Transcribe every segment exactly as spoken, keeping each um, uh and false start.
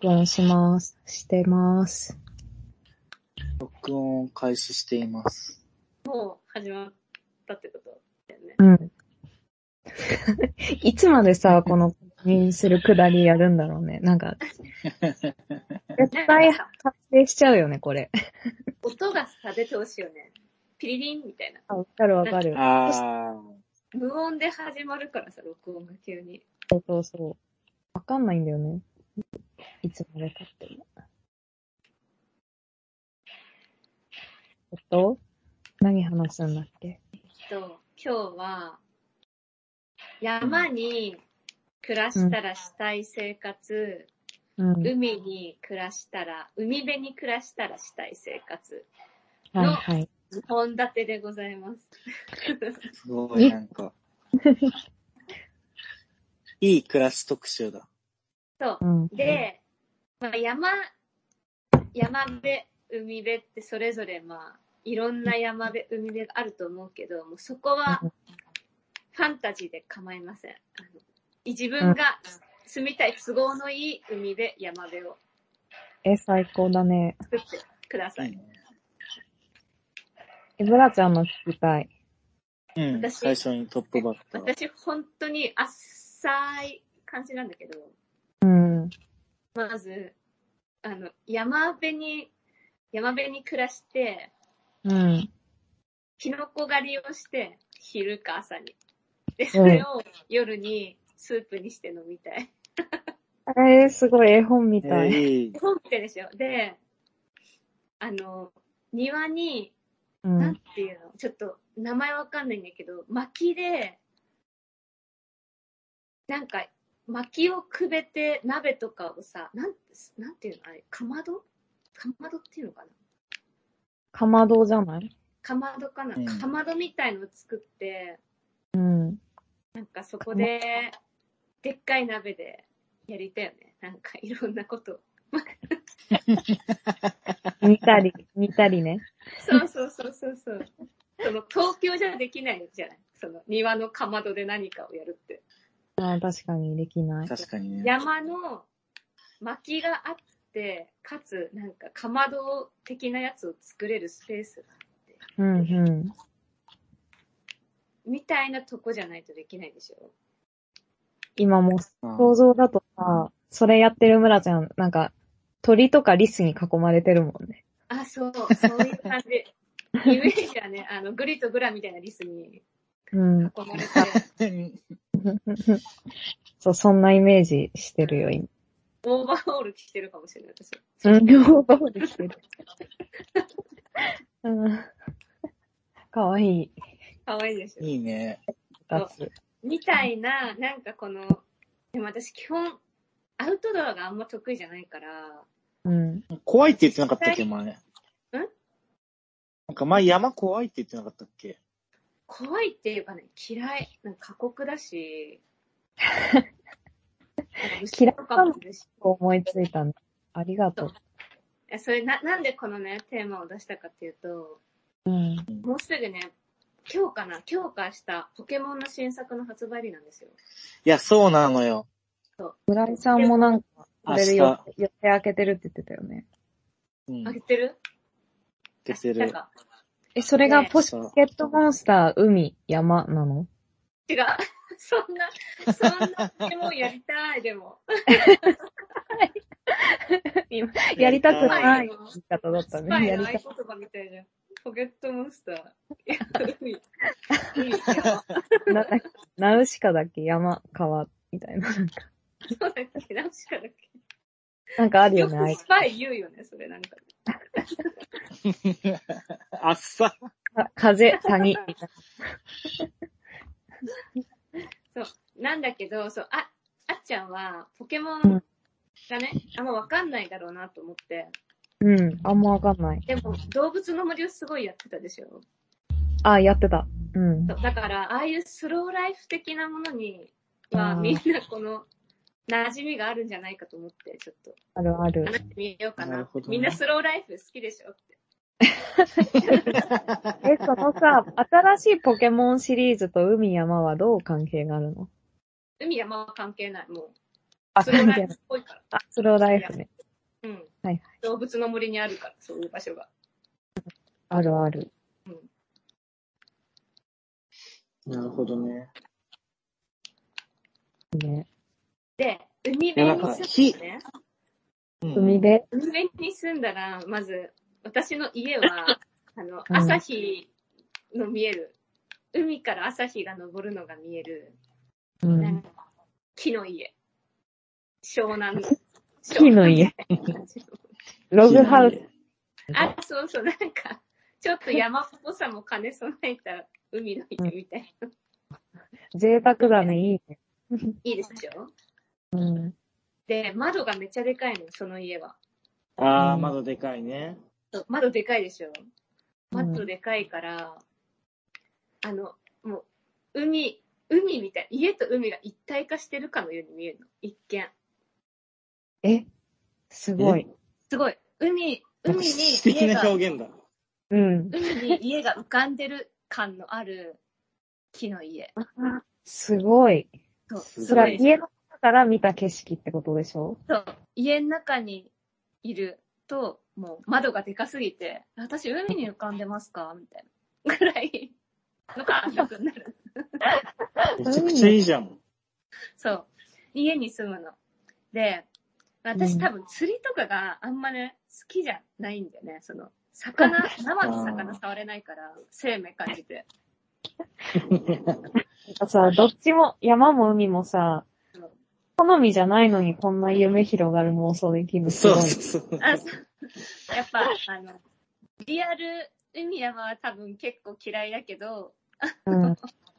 録音します。してます。 録音開始しています。 もう始まったってことだよね。 うん。いつまでさ、このにするくだりやるんだろうね。なんか、絶対発生しちゃうよね、これ。 音がさ、出てほしいよね。ピリリンみたいな。 あ、わかるわかる。 あー。無音で始まるからさ、録音が急に。 そうそうそう。わかんないんだよね。いつまで経っても。えっと、何話すんだっけ？ えっと、今日は、山に暮らしたらしたい生活、 うん、 海に暮らしたら、海辺に暮らしたらしたい生活のはいはい。 にほん立てでございます。 すごい、なんか、いい暮らし特集だ。 そう。 うん、 で、まあ、山、山辺、海辺ってそれぞれまあ、いろんな山辺、海辺があると思うけど、もうそこはファンタジーで構いません。あの自分が住みたい都合のいい海辺、山辺をえ、最高だね。 作ってください。 いいね。 え、ブラちゃんの聞きたい。 うん、 私最初にトップバッター。 私、本当に浅い感じなんだけど、 うん。 まず、あの、山辺に、山辺に暮らして、 うん。 キノコ狩りをして、昼か朝に。で、それを夜にスープにして飲みたい。 えー、すごい絵本みえたい。 ー、いい。 本ってでしょ。で、あの、庭に、 うなんん。 ていうの、ちょっと名前わかんないんだけど、薪で、なんか、薪をくべて鍋とかをさ、なん、なんていうのあれ、かまどかまどっていうのかなかまどじゃない？ かまどかな、 うんかまどみたいのを作って、 うん。 なんかそこで、でっかい鍋でやりたよね。なんかいろんなことを。 煮たり、煮たりね。 そうそうそうそうそう。その東京じゃできないじゃない。その庭のかまどで何かをやるって。 ああ、確かにできない。 確かにね。 山の薪があって、かつなんかかまど的なやつを作れるスペースがあって。 うんうん。 みたいなとこじゃないとできないでしょ。 今もう想像だとさ、それやってる村ちゃん、なんか鳥とかリスに囲まれてるもんね。 あ、そう、そういう感じ。イメージはね、あの、グリとグラみたいなリスにうん。 囲まれて、 そう、そんなイメージしてるよ、今。 オーバーオール着てるかもしれない、私。 うん、両方できてる。うん。かわいい。 かわいいでしょ。 いいね。 二つ。 みたいな、なんかこの、でも私基本、アウトドアがあんま得意じゃないから、 うん。 怖いって言ってなかったっけ、前。んなんか前山怖いって言ってなかったっけ？ 怖いっていうかね、嫌い。なんか過酷だし、 嫌いとかもいるし。 思いついたんだ。ありがとう。 えそれな、なんでこのね、テーマを出したかっていうと、 うん。 もうすぐね、今日かな今日か明日、ポケモンの新作の発売日なんですよ。 いや、そうなのよ。 村井さんもなんか、これで明予予定開けてるって言ってたよね。 うん。 開けてる開けてる。 え、それがねポケットモンスター、海、山なの？ 違う。そんな、そんなポケモンやりたい、でも。 今やりたくない言言い方だったスパね。やりたイの合言葉みたいじゃん。ポケットモンスター。海、海、山。 な、ナウシカだっけ山、川、みたいな。なんか、 そうだっけナウシカだっけなんかあるよね、あよくスパイ言うよね、それなんか。 あっさ。 風、谷。 そう。なんだけど、そう、あ、あっちゃんは、ポケモンがね、あんまわかんないだろうなと思って。 うん、あんまわかんない。 でも、動物の森をすごいやってたでしょ。 あ、やってた。うん。 そうだから、ああいうスローライフ的なものには、みんなこの、馴染みがあるんじゃないかと思って、ちょっと。 あるある。 話してみようかな。 なるほどねみんなスローライフ好きでしょって。 え、そのさ、新しいポケモンシリーズと海山はどう関係があるの？ 海山は関係ない、もう。 あ、 スローライ関係ない。 フっぽいから。 あ、スローライフね。 うん。 はいはい。 動物の森にあるから、そういう場所が。 あるある。 なるほどね。 ね。 で、海辺に住んだね。 海辺海辺に住んだら、まず、私の家は、あの、 うん朝日の見える、海から朝日が昇るのが見える、 うなんん。 か木の家。湘南の。 木の家。ログハウス。 あ、そうそう、なんか、ちょっと山っぽさも兼ね備えた海の家みたいな。 贅沢だね、いいね。 いいでしょ？ うん。 で、窓がめっちゃでかいの、その家は。 あー、 うん窓でかいね。 そう窓でかいでしょ？ うん窓でかいから、あの、もう、海、海みたい、家と海が一体化してるかのように見えるの、一見。 え、すごい。 すごい。海、 なんか海に詩的な家が、 表現だ。 うん。 海に家が浮かんでる感のある木の家。 すごい。 そう、 すそれはすごいです家の中から見た景色ってことでしょ？ そう、家の中にいると、もう窓がでかすぎて、私海に浮かんでますかみたいな。ぐらいの感覚になる。 めちゃくちゃいいじゃん。 そう。家に住むの。で、私多分釣りとかがあんまね、好きじゃないんだよね。その、魚、生の魚触れないから、生命感じて。 さ、どっちも、山も海もさ、好みじゃないのにこんな夢広がる妄想できるのすごい。 そうそうそう。 あそうやっぱ、あの、リアル海山は多分結構嫌いだけど、 うん。 ファ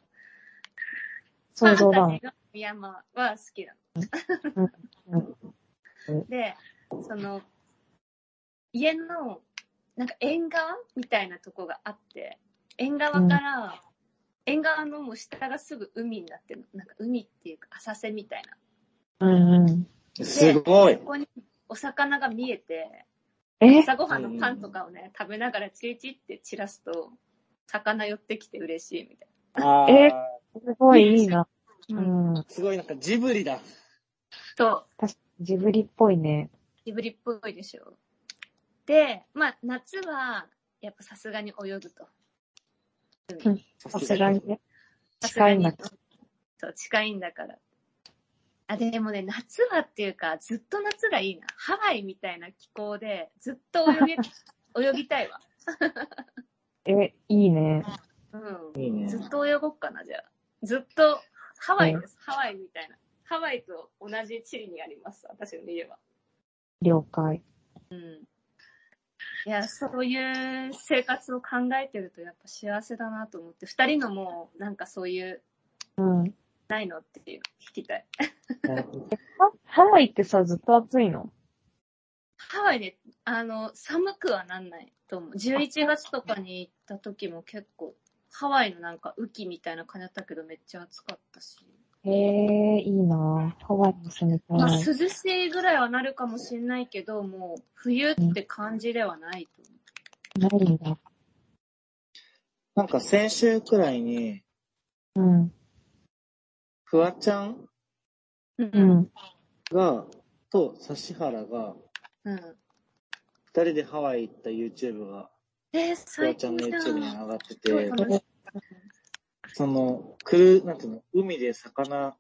想ン像だもん。 タジーの海山は好きなの。 うんうんで、その、家の、なんか縁側みたいなとこがあって、縁側から、縁側のもう下がすぐ海になってるの。なんか海っていうか浅瀬みたいな。 うんうん。 すごいそ。こにお魚が見えて、 え朝ごはんのパンとかをね、食べながらチリチって散らすと、魚寄ってきて嬉しいみたいあえー、 すごいいいな。 な。 ううん。 ん。 すごいなんかジブリだ。 そう。 確かにジブリっぽいね。 ジブリっぽいでしょ。で、まあ、夏は、やっぱさすがに泳ぐと。 うん。さすがにね。近いんだけど。 そう、近いんだから。あ、でもね、夏はっていうか、ずっと夏がいいな。ハワイみたいな気候で、ずっと泳ぎ、泳ぎたいわ。 え、いいね。 うん。 いいね。 ずっと泳ごっかな、じゃあ。ずっと、ハワイです。ハワイみたいな。ハワイと同じ地理にあります。私の家は。 了解。 うん。いや、そういう生活を考えてるとやっぱ幸せだなと思って、二人のもう、なんかそういう、 うん。 ないのっていう、聞きたい。 ハワイってさ、ずっと暑いの？ ハワイで、あの、寒くはなんないと思う。じゅういちがつとかに行った時も結構、ハワイのなんか雨季みたいな感じだったけどめっちゃ暑かったし。 へえ、いいなぁ。ハワイも住みたい。 まあ涼しいぐらいはなるかもしれないけど、もう冬って感じではないと思う。 ないんだ。 なんか先週くらいに、 うん。 フワちゃんうん。 うん。 が、と指原が、 うん。 二人でハワイ行った YouTube が、 えー、 フワ最ちゃんの高じゃ YouTube にん。 上がって超て、 楽しい。 その、来る、なんていうの、海で魚、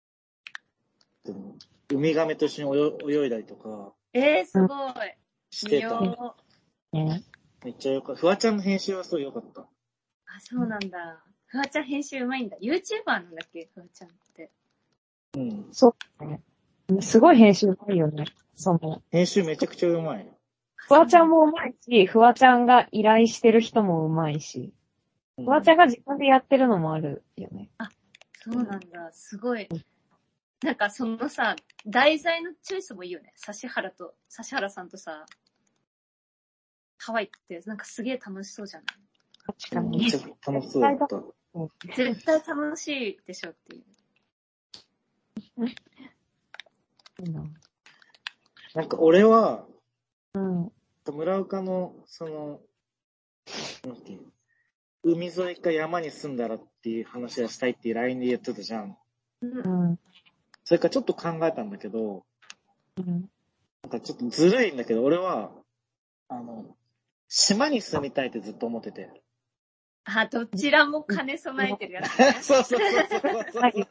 ウミガメと一緒に泳泳いだりとかえー、すごい。 してた。 見よう。 ね。 めっちゃよかった。フワちゃんの編集はすごいよかった。 あ、そうなんだ。フワちゃん編集うまいんだ。YouTuber なんだっけ、フワちゃんって。 うん。 そうね。すごい編集うまいよね。その、 編集めちゃくちゃうまい。 フワちゃんもうまいし、フワちゃんが依頼してる人もうまいし、 うん、 フワちゃんが自分でやってるのもあるよね。 あ、そうなんだ。すごい。なんかそのさ、題材のチョイスもいいよね。指原と、指原さんとさ、ハワイってなんかすげえ楽しそうじゃない？ 確かに。 めっちゃ楽しそうだった。 絶対楽しいでしょっていう。 いいな。 なんか俺は、 うん。 村岡の、その、なんていう、海沿いか山に住んだらっていう話がしたいっていう ライン で言ってたじゃん。 うん。 うん。 それからちょっと考えたんだけど、 うん。 なんかちょっとずるいんだけど、俺は、あの、島に住みたいってずっと思ってて。 あ、どちらも兼ね備えてるやつね。 そうそうそうそうそう。 はい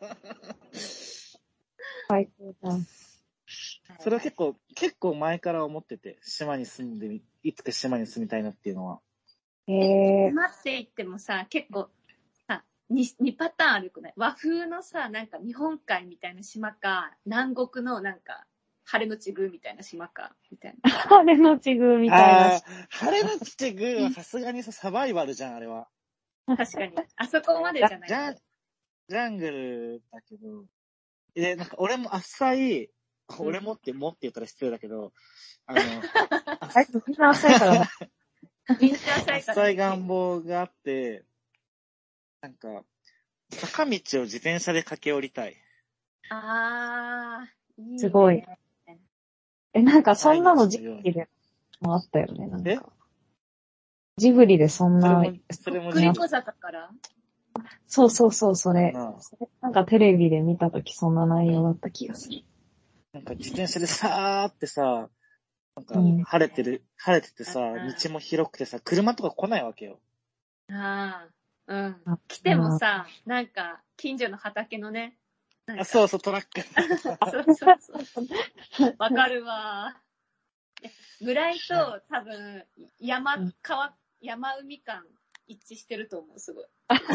最高だ。 それは結構、結構前から思ってて、島に住んでみ、いつか島に住みたいなっていうのは。 へえ。 島って言ってもさ、結構、さ、に、にパターンあるくない？和風のさ、なんか日本海みたいな島か、南国のなんか、晴れのちぐみたいな島か、みたいな。 晴れのちぐみたいな。 あー、晴れのちぐはさすがにさ、サバイバルじゃん、あれは。 確かに。あそこまでじゃない。 ジャン、ジャングルだけど、で、なんか俺も浅い、俺もってもって言ったら失礼だけど、あの、 あれ、みんな浅いからな。 みんな浅いから。 浅い願望があって、なんか、坂道を自転車で駆け下りたい。 あー、いいね。 すごい。え、なんかそんなのジブリでもあったよね、なんえか。ジブリでそんな、 それも、それもクリコ坂からそうそうそう、それ。 なそれなんかテレビで見たときそんな内容だった気がする。 なんか自転車でさーってさ、なんかうん晴れてる、晴れててさ、 うん道も広くてさ、車とか来ないわけよ。 ああ、うんあ。 来てもさ、なんか、近所の畑のね。 あ、そうそう、トラック。 そうそうそう。わかるわ。村井と多分、山、川、山海間一致してると思う、すごい。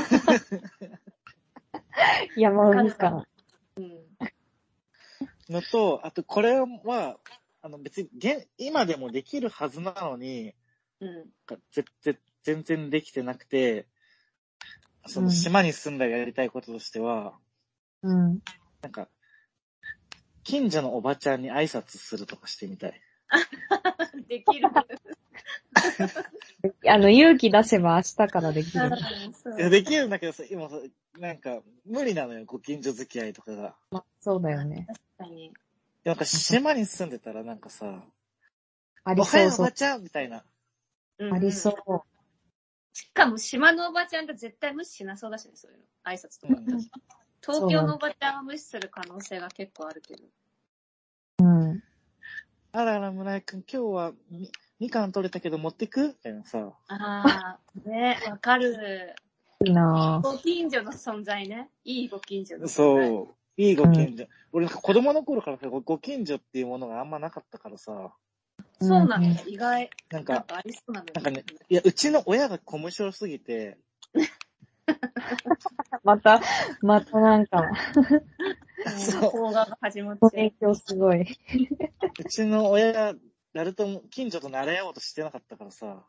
山海か。 のと、あとこれは、あの別に現、今でもできるはずなのに、 うん。 ぜぜ全然できてなくて、その島に住んだらやりたいこととしては、 うん。 なんか、近所のおばちゃんに挨拶するとかしてみたい。 できる。 あの、勇気出せば明日からできる。 いやできるんだけどさ、今さ、なんか、無理なのよ、ご近所付き合いとかが。 まあ、そうだよね。 確かに。 なんか島に住んでたらなんかさ、 ありおはそうそう。 ようおばちゃんみたいな。 ありそう。 しかも島のおばちゃんって絶対無視しなそうだしね、そういうの。挨拶とか。 うん東京のおばちゃんは無視する可能性が結構あるけど。 うん。 あらあら、村井くん、今日はみ、みかん取れたけど持ってくみたいなさ。 ああ、ね、わかる。 いいなぁ。 ご近所の存在ね。いいご近所の存在。 そう。いいご近所。うん、俺なんか子供の頃からさ、ご近所っていうものがあんまなかったからさ。 そうなんだ、意外。 なんか、 なんかありそうなのに。 なんかね、いや、うちの親が小無償すぎて。 また、またなんか、 そう。 動画が始まって。 影響すごい。 うちの親が、誰とも、近所と慣れ合おうとしてなかったからさ。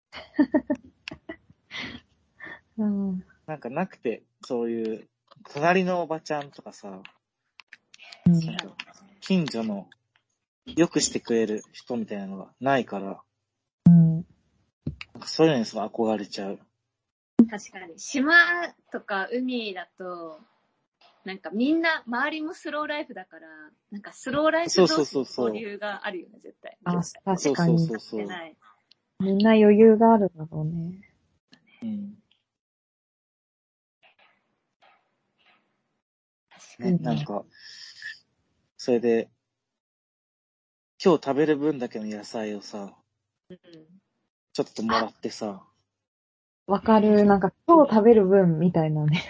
うん、 なんかなくて、そういう、隣のおばちゃんとかさ、 うん、 近所の、よくしてくれる人みたいなのがないから、 うん、 なんかそういうのにすごい憧れちゃう。 確かに。島とか海だと、なんかみんな、周りもスローライフだから、なんかスローライフ同士の交流があるよね、絶対。 あ、確かに。 そうそうそうそう。 みんな余裕があるんだろうね。 うん。ね、なんか、それで、今日食べる分だけの野菜をさ、 うん、 ちょっともらってさ。 わかる。なんか今日食べる分みたいなね。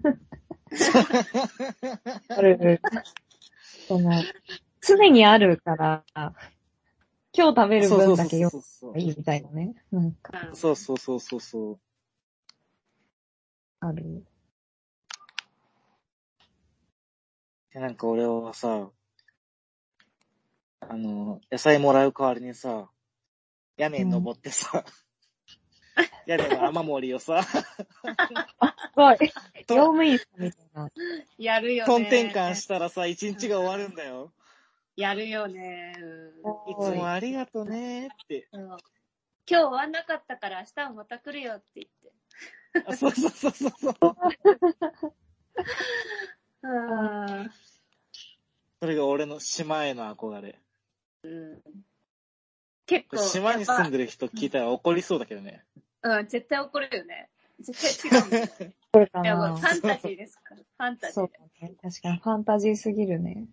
ある。その、常にあるから、今日食べる分だけ用がいいみたいなね。なんか。 そうそうそうそうそう。 ある。 で、なんか俺はさ、あの、野菜もらう代わりにさ、屋根に登ってさ、うん、屋根の雨漏りをさ、 あ、すごい。業務員さんみたいな。 やるよね。 トンテンカンしたらさ、一日が終わるんだよ。 やるよね。 うん、いつもありがとねって、 うん。今日終わんなかったから明日はまた来るよって言って。 あ、そうそうそうそうそう。 あそれが俺の島への憧れ。 うん、結構。 島に住んでる人聞いたら怒りそうだけどね。 うん、絶対怒るよね。絶対違う、ね。 これかいや、もうな。 ファンタジーですから。ファンタジそうーで。 だね。確かにファンタジーすぎるね。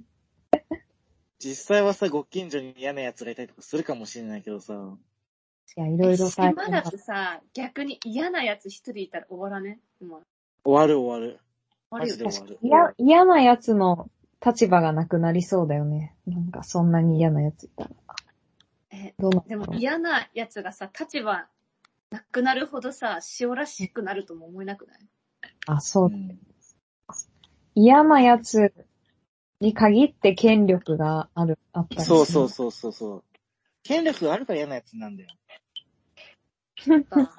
実際はさ、ご近所に嫌な奴がいたりとかするかもしれないけどさ。 いや、いろいろえ、 大変だ島だと。さ、逆に嫌なやつ一人いたら終わらねもう終わる終わる。マ終わるよ。 ジで終わる。 いや、嫌なやつの立場がなくなりそうだよね。なんか、そんなに嫌なやついたら。 え、 どうなんでもだろう。 嫌なやつがさ、立場なくなるほどさ、塩らしくなるとも思えなくない？ あ、そうう。 ん。 嫌なやつに限って権力がある、あったりそうそうそうそうそう。権力があるから嫌なやつなんだよ。 なんか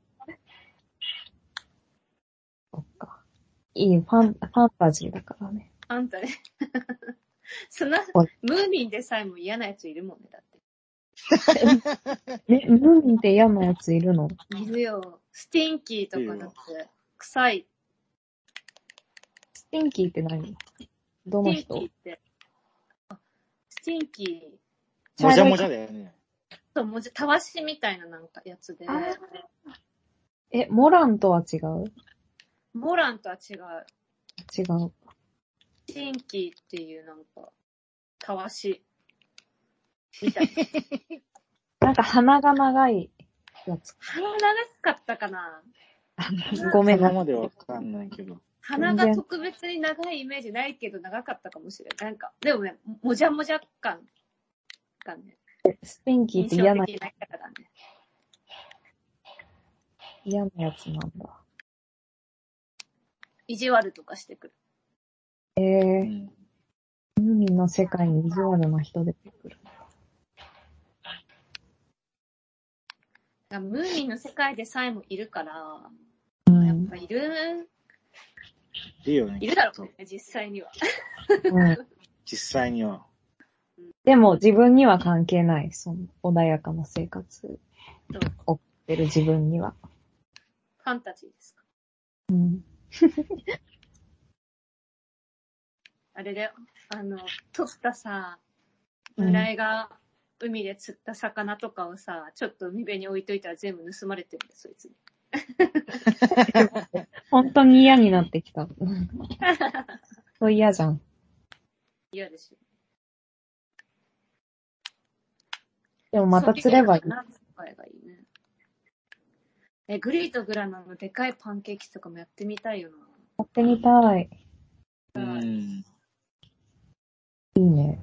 そっか。いい、ファン、ファンタジーだからね。 あんたね。その、ムーミンでさえも嫌なやついるもんね、だって。 え、ムーミンって嫌なやついるの？ いるよ。スティンキーとかだって、臭い。 スティンキーって何？どの人？ スティンキーって、あ、スティンキー、 もじゃもじゃだよね。 ともじ、たわしみたいななんかやつで、 あーえ、モランとは違う？ モランとは違う。 違う。 スティンキーっていうなんか、たわし、みたいな。 なんか鼻が長いやつ。 鼻長かったかな？ ごめんな。 そこまでわかんないけど。 鼻が特別に長いイメージないけど長かったかもしれない。なんか、でもね、もじゃもじゃ感がね、 スティンキーっ印象て嫌な、 的な方だね。 嫌なやつなんだ。 意地悪とかしてくる。 えうー、 ん。 ムーミンの世界に意地悪な人出てくる。 ムーミンの世界でさえもいるから、 うん。 やっぱいる、 いいよね。 いるだろうね、実際には。 うん、 実際には。 でも自分には関係ない。その穏やかな生活そうを送ってる自分には。 ファンタジーですか。 うん。 あれだよ。あの、取ったさ、 うん村井が海で釣った魚とかをさ、ちょっと海辺に置いといたら全部盗まれてるんだよ、そいつに。 本当に嫌になってきた。そう嫌じゃん。 嫌ですよ。 でもまた釣ればいい。 そういうのがいいね。え、グリーとグラナのでかいパンケーキとかもやってみたいよな。 やってみたい。 うん。 いいね。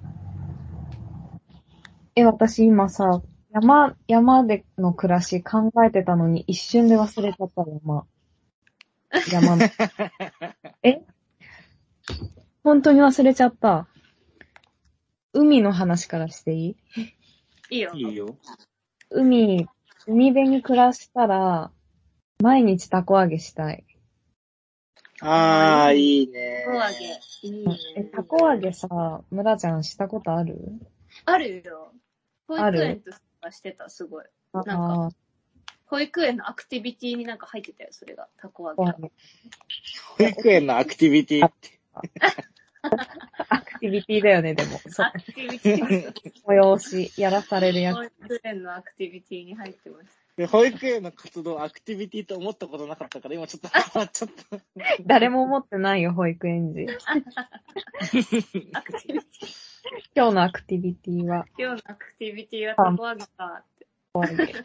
え、私今さ、山、山での暮らし考えてたのに一瞬で忘れちゃった山。山の。え本当に忘れちゃった。海の話からしていい？ いいよ。 いいよ。 海、海辺に暮らしたら、毎日タコ揚げしたい。 あー、いいね。 タコ揚げ。いいね。 え、タコ揚げさ、村ちゃんしたことある？ あるよ。保ある育園とかしてた、すごい。なんかあ保育園のアクティビティになんか入ってたよ、それが。タコ揚げが。 タコ揚げ。 保育園のアクティビティって。 アクティビティだよね、でも。そう。 アクティビティ。 催し、やらされるや保育園のアクティビティに入ってましで保育園の活動、アクティビティと思ったことなかったから、今ちょっと、ちょっと。 つ。誰も思ってないよ、保育園児。 た。アクティビティ。 今日のアクティビティは、 今日のアクティビティはタコ揚げかって。 タコ揚げ。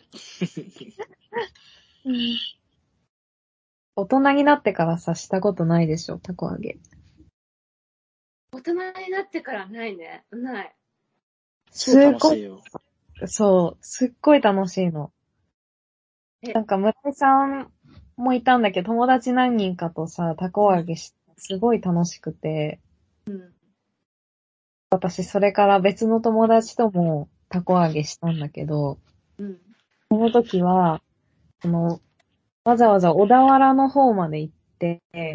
大人になってからさ、したことないでしょ、タコ揚げ。 大人になってからないね。ない。 すっごい、 楽しいよ。 そう、すっごい楽しいの。 えなんか村井さんもいたんだけど、友達何人かとさ、タコ揚げして、すごい楽しくて、 うん。 私それから別の友達ともタコ揚げしたんだけど、 うん。 その時は、その、わざわざ小田原の方まで行って、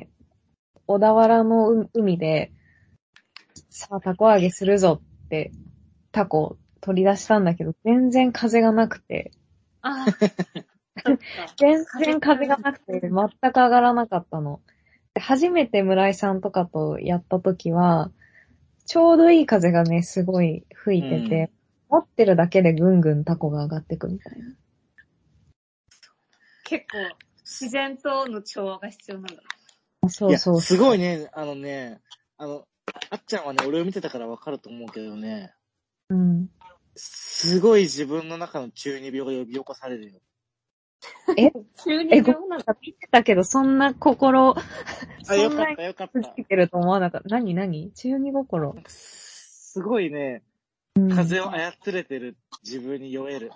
小田原の海で、さあタコ揚げするぞって、タコを取り出したんだけど、全然風がなくて、 ああ。そっか。 全然風がなくて、全く上がらなかったの。で初めて村井さんとかとやった時は、ちょうどいい風がね、すごい吹いてて、持ってるだけでぐんぐんタコが上がってくみたいな。 結構、 自然との調和が必要なんだ。 そうそう。 いや、すごいね、あのね、あの、あっちゃんはね、俺を見てたからわかると思うけどね、 うん。 すごい自分の中の中二病が呼び起こされるよ。 え中え、ご二病なの。 見てたけど、そんな心、 あ、よそんなかったよかっつた。 いてると思わなかった。何何中二心。 すごいね、 うん。 風を操れてる自分に酔える。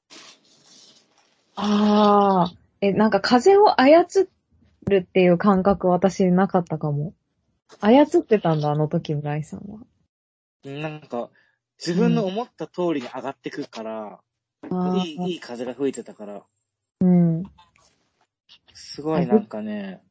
ああ。え、なんか風を操るっていう感覚私なかったかも。操ってたんだ、あの時村井さんは。 なんか、自分の思った通りに上がってくから、 あいい、 あ。 いい風が吹いてたから、 うん。 すごいなんかね、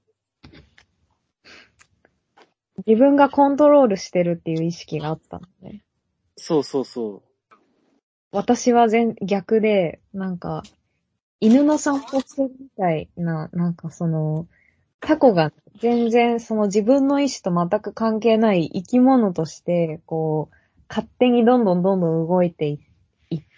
自分がコントロールしてるっていう意識があったのね。 そうそうそ私は全、逆で、なんか、犬の散歩してるみたいな、なんかその、タコが全然その自分の意思と全く関係ない生き物として、こう、勝手にどんどんどんどん動いていいって、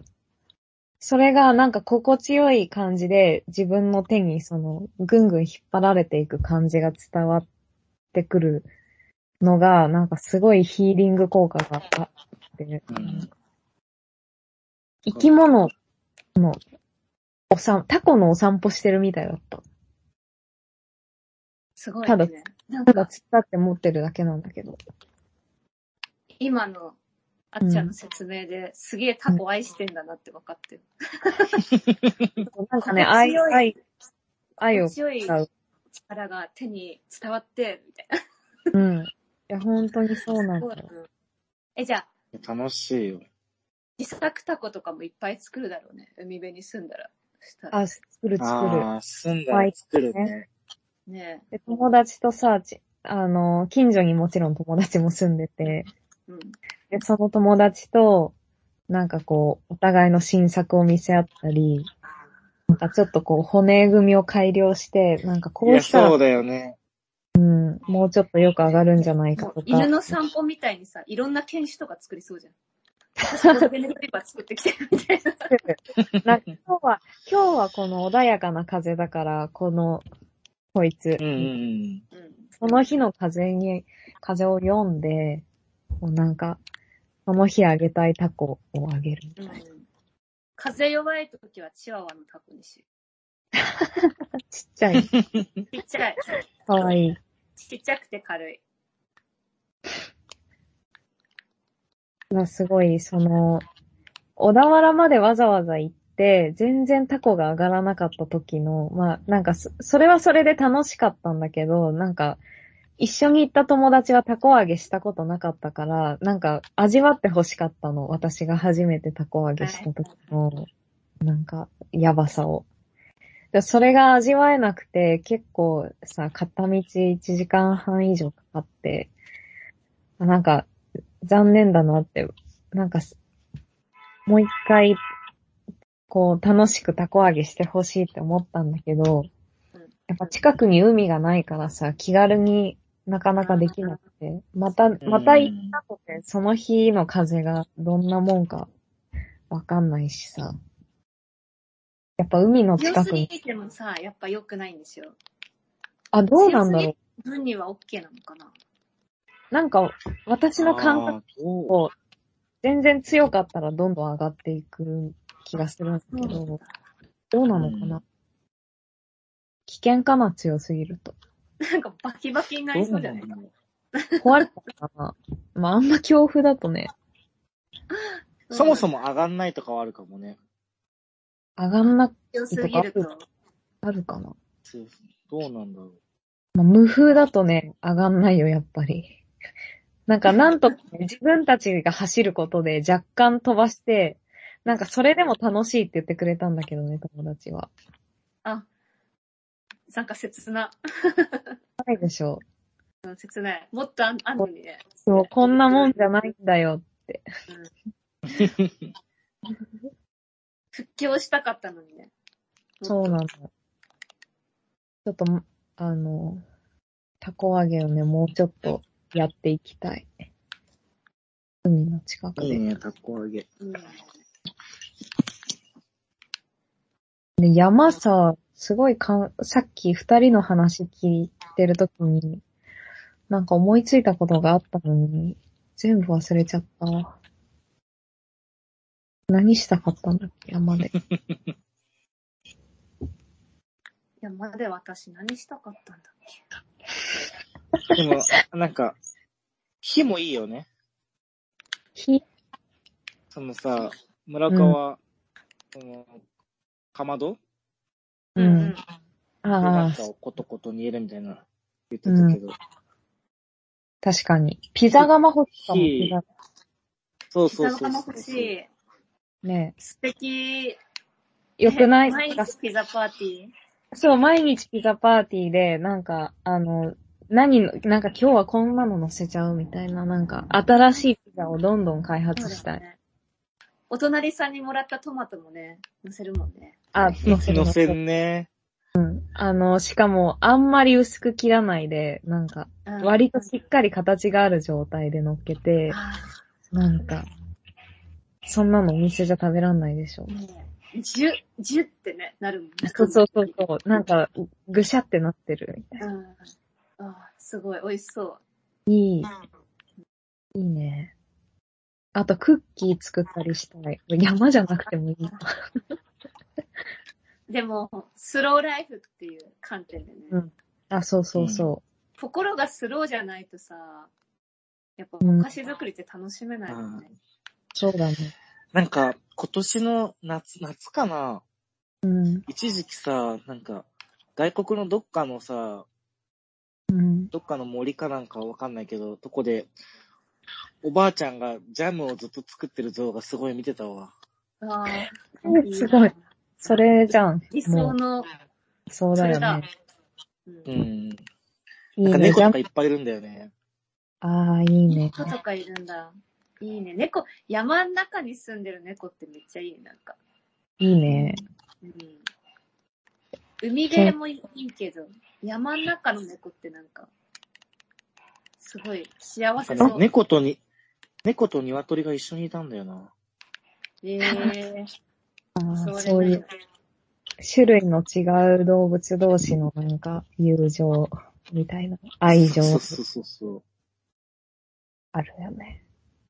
それがなんか心地よい感じで自分の手にその、ぐんぐん引っ張られていく感じが伝わってくるのが、なんかすごいヒーリング効果があって、 う。うん。 生き物のおさタコのお散歩してるみたいだった。 すごいただ、 ね。なんただか、 突っ立って持ってるだけなんだけど。 今のあっちゃんの説明ですげえタコ愛してんだなって分かってる。 なんかね、 心愛、 地よい愛、愛を心地よい使う。 力が手に伝わって、みたいな。 うん。いや、本当にそうなんだよ。 え、じゃあ、 楽しいよ。 自作タコとかもいっぱい作るだろうね。海辺に住んだら。したらあ、作る作る。 あー、住んだら作るね。 ねで、友達とさ、ちあの、近所にもちろん友達も住んでて、 え。うん。 で、その友達と、なんかこう、お互いの新作を見せ合ったり、なんかちょっとこう、骨組みを改良して、なんかいや、 こうしたら、 そうだよね。 もうちょっとよく上がるんじゃないかもうとか。 犬の散歩みたいにさ、いろんな犬種とか作りそうじゃん。私ゴールデンレトリバー作ってきてるみたいな。 なんか今日は、今日はこの穏やかな風だから、この、こいつ。 うんうんうん。 うん。 その日の風に、風を読んで、もうなんか、その日あげたいタコをあげるみたいな。 うん、風弱い時はチワワのタコにしよちっちゃい。 う。ちっちゃい。 かわいい。 ちっちゃくて軽い。 まあすごい、その、小田原までわざわざ行って、全然タコが上がらなかった時の、まあなんかそ、それはそれで楽しかったんだけど、なんか、一緒に行った友達はタコ揚げしたことなかったから、なんか味わって欲しかったの。私が初めてタコ揚げした時の、なんか、やばさを。でそれが味わえなくて、結構さ、片道いちじかんはん以上かかって、なんか、残念だなって、なんか、もう一回、こう、楽しくタコ揚げしてほしいって思ったんだけど、やっぱ近くに海がないからさ、気軽になかなかできなくて、また、また行ったとて、その日の風がどんなもんかわかんないしさ。やっぱ海の強近くに。 すぎてもさ、やっぱ良くないんですよ。 あ、どうなんだろう。 強すぎる分には OK なのかな。 なんか、私の感覚あーどうを全然強かったらどんどん上がっていく気がするんだけど、どうなのかな。危険かな、強すぎると。 なんかバキバキになりそうじゃないか。 壊れたかな。まあ、あんま恐怖だとね、 そもそも上がんないとかはあるかもね。 上がんなく強すぎると。 あるかな。 そうどうなんだろう。 まあ、無風だとね、上がんないよ、やっぱり。なんか、なんとかね、自分たちが走ることで若干飛ばして、なんかそれでも楽しいって言ってくれたんだけどね、友達は。 あ、なんか切な。 ないでしょ。 うん切ない。もっとあんあんのにね。 そう、こんなもんじゃないんだよって。 復興したかったのにね。 そうなの。ちょっと、あの、タコ揚げをね、もうちょっとやっていきたい。海の近くで。 いいね、タコ揚げ。 うん。 で山さ、 すごいかん、さっき二人の話聞いてるときに、なんか思いついたことがあったのに、全部忘れちゃったわ。何したかったんだっけ、山で。 山で私何したかったんだっけ。 でも、なんか、火もいいよね。 火そのさ、村川、その、かまどううんうん。 ん。 でああ、 なんかをコトコト煮えるみたいな言ってたけど。 確かに。ピザ窯欲しいかも、ピ火ザ。 そうピそうそうそうザ窯欲しい。 ね素敵。 よくない？ え毎日ピザパーティー。 そう、毎日ピザパーティーで、なんか、あの、何の、なんか今日はこんなの乗せちゃうみたいな、なんか、新しいピザをどんどん開そう発したい。 だね。お隣さんにもらったトマトもね、乗せるもんね。 あ、乗せる乗せ乗せる。 んね。 あの、しかも、あんまり薄く切らないで、なんか、 うん、 割としっかり形がある状態で乗っけて、 あなんか、そんなのお店じゃ食べらんないでしょ。 ーねえ、ジュッ、ジュッってね、なるもんね。 そうそうそうそう。なんか、ぐしゃってなってるみたいな。 うん。あーすごい、美味しそう。 いい、いいね。あと、クッキー作ったりしたい。山じゃなくてもいい。 でも、スローライフっていう観点でね。 うん。あ、そうそうそ心がスローじゃないとさ、やっぱうんお菓子作りって楽しめないもんね。 う。そうだね。 なんか、今年の夏、夏かなうん。 一時期さ、なんか、外国のどっかのさ、 うん。 どっかの森かなんかわかんないけど、とこで、おばあちゃんがジャムをずっと作ってる動画すごい見てたわ。 ああ、 すごい。それじゃん。 理もう、 想の、 そうだよそれだ。 ね。 うんうん。 いなんかいね。じゃん。 猫とかいっぱいいるんだよね。 ああ、いいね。 猫とかいるんだ。いいね。猫、山ん中に住んでる猫ってめっちゃいいね、なんか。 いいね。 うん。海辺もいいけど、山ん中の猫ってなんか、すごい幸せそう。 猫とに、猫と鶏が一緒にいたんだよな。 ええあー、 ーそそういうれね。 種類の違う動物同士のなんか友情みたいな愛情そうそうそうそう。 あるよね。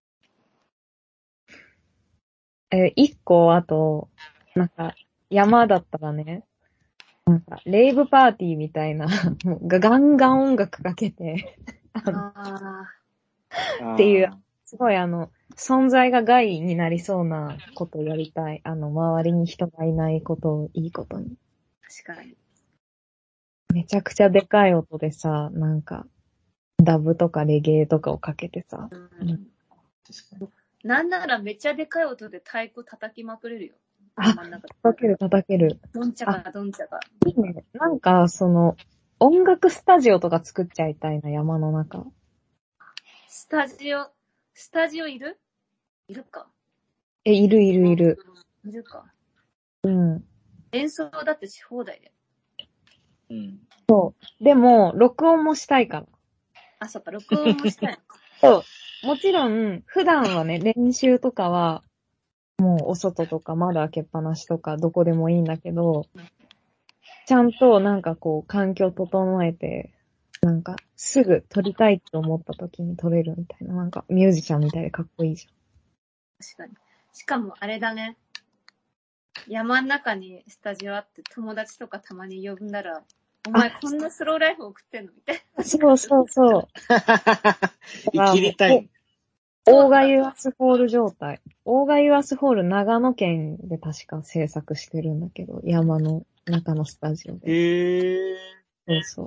え、一個あと、なんか山だったらね、なんかレイブパーティーみたいな、もうガガンガン音楽かけて、あのあっていう、 あすごいあの、存在が害になりそうなことをやりたい。あの、周りに人がいないことをいいことに。 ー、確かに。 めちゃくちゃでかい音でさ、なんか、ダブとかレゲエとかをかけてさ、 うん。 確かに。 なんならめっちゃでかい音で太鼓叩きまくれるよ。 あ山ん中で。 叩ける叩ける。 どんちゃかどんちゃか。 いいね。なんか、その、音楽スタジオとか作っちゃいたいな、山の中。 スタジオ、スタジオいるいるか。 え、いるいるいる。 いるか。 うん。 演奏だってし放題で。 うん。 でも、録音もしたいから。 あ、そっか、録音もしたいのか。 そう。もちろん、普段はね、練習とかは、もうお外とか窓開けっぱなしとかどこでもいいんだけど、ちゃんとなんかこう環境整えて、なんかすぐ撮りたいと思った時に撮れるみたいな、なんかミュージシャンみたいでかっこいいじ確かに。しかもあれだね。山ん中にスタジオあって友達とかたまに呼んだら、お前こんなスローライフ送ってんのみたいゃん。そうそうそう。 生きりたい。 オーガユアスホール状態。オーガユアスホール長野県で確か制作してるんだけど、山の中のスタジオで。 へえ。 そうそう。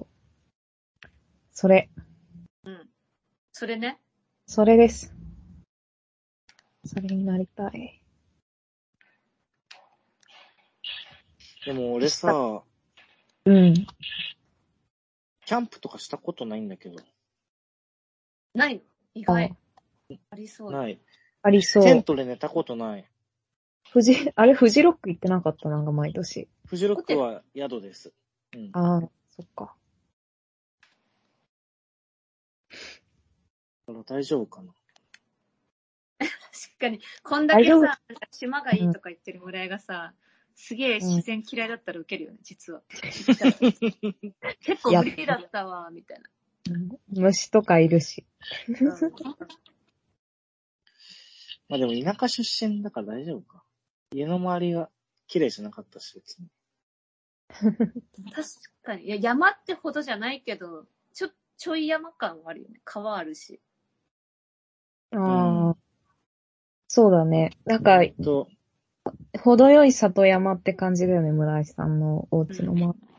それ、 な。うん。それね。 それです。それになりたい。 でも俺さ、 うん。 キャンプとかしたことないんだけど。 ないの意外。ありそうだ。 ない。 ありそテンう。 トで寝たことない。 富士、あれ、富士ロック行ってなかったなんか毎年。 フジロックは宿です。うん。 ああ、そっか。 だから大丈夫かな。 確かに。こんだけ大丈さ、島がいいとか言ってる村井がさ、 すげえ自然嫌いだったらウケるよね、実は。結構無理だったわ、みたいな。 虫とかいるし。 まあでも田舎出身だから大丈夫か。家の周りが綺麗じゃなかったし、別に。 確かに。いや、山ってほどじゃないけど、ちょ、ちょい山感はあるよね。川あるし。 あうんあ、そうだね。なんか、 と、 程よい里山って感じだよね、村井さんのお家の周り。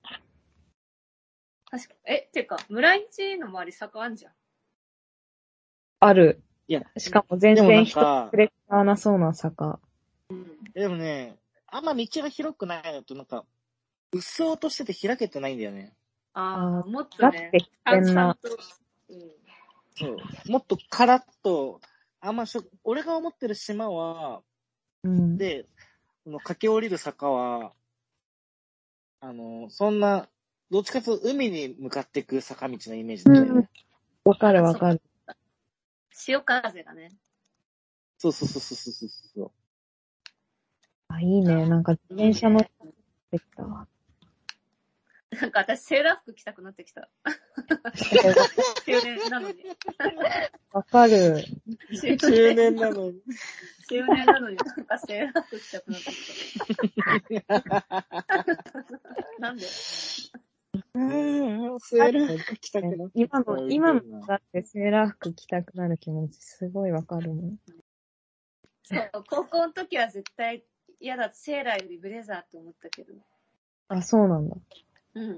確かえ、てか、村市の周り坂あんじゃん。 ある。 いや、 しかも全でもなん然人か触れて合わなそうな坂。 でもね、あんま道が広くないのと、なんか、うっそうとしてて開けてないんだよね。 ああ、もっとねだって、危険な。 ちゃんとうん。 そう。もっとカラッと、あんましょ、俺が思ってる島は、 うん。 で、この駆け下りる坂は、あの、そんな、どっちかというと海に向かっていく坂道のイメージなんだよね。 わかるわかる。 潮風がね。 そうそうそうそうそうそう。 あ、いいね。なんか自転車乗ってきたわ。 なんか私セーラー服着たくなってきた。中年なのに。 わかる。 中年なのに。 中年なのになんかセーラー服着たくなってきた。なんでうん、セーラー服着たくなってきた。 今の、今のだってセーラー服着たくなる気持ちすごいわかるもん。 そう、高校の時は絶対嫌だ、セーラーよりブレザーって思ったけど。 あ、そうなんだ。 うん。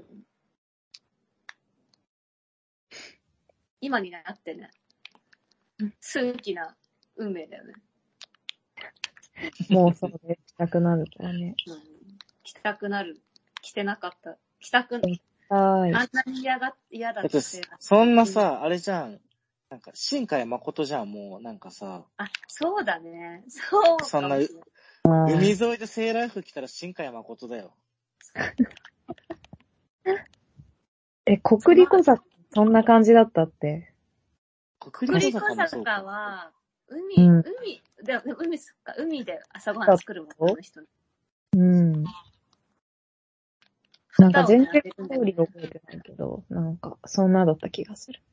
今になってね、数奇な運命だよね。 もうそうで着たくなるからね。 うん。着たくなる。着てなかった。着たく、 はーい。 あんなに嫌が、嫌だだってったセーラー。 そんなさ、あれじゃん。なんか、新海誠じゃん、もう、なんかさ、 あ、そうだね。そうかもしそんなれない。 海沿いでセーラー服着たら新海誠だよ。 え、国立小坂、そんな感じだったって。 国国立小立小坂もそう坂か。 は、海、 うん海、でも海そっか、海で朝ごはん作るもん、あの人。 うん。なんか全然ストーリー覚えてないけど、なんか、そんなだった気がする。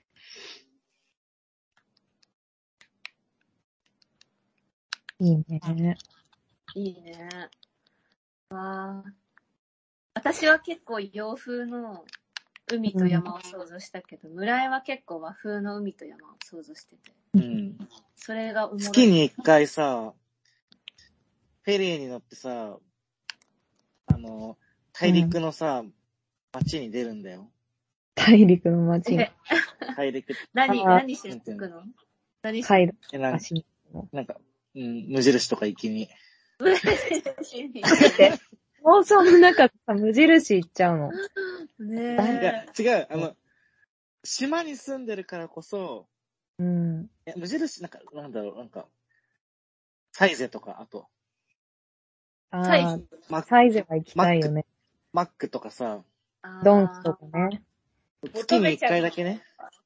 いいね。 いいね。わあ。私は結構洋風の海と山を想像したけど、村井は結構和風の海と山を想像してて。 うん。 それがおもろい。 月に一回さ、フェリーに乗ってさ、あの、大陸のさ、街に出るんだよ。 大陸の街に。 え、 大陸。 何、 あー何して行くの何して海え、なん岸に。 なんか、うん、無印とか行きに。 放送の中でさ、無印行っちゃうの。 ねいや、 え。 違う、あの、島に住んでるからこそ、 うん。 いや無印、なんか、なんだろう、なんか、サイゼとか、あと、 サイああ、 マック、 サイズは行きたいよね。 マックとかさ、 ドンキとかね。 月に一回だけね。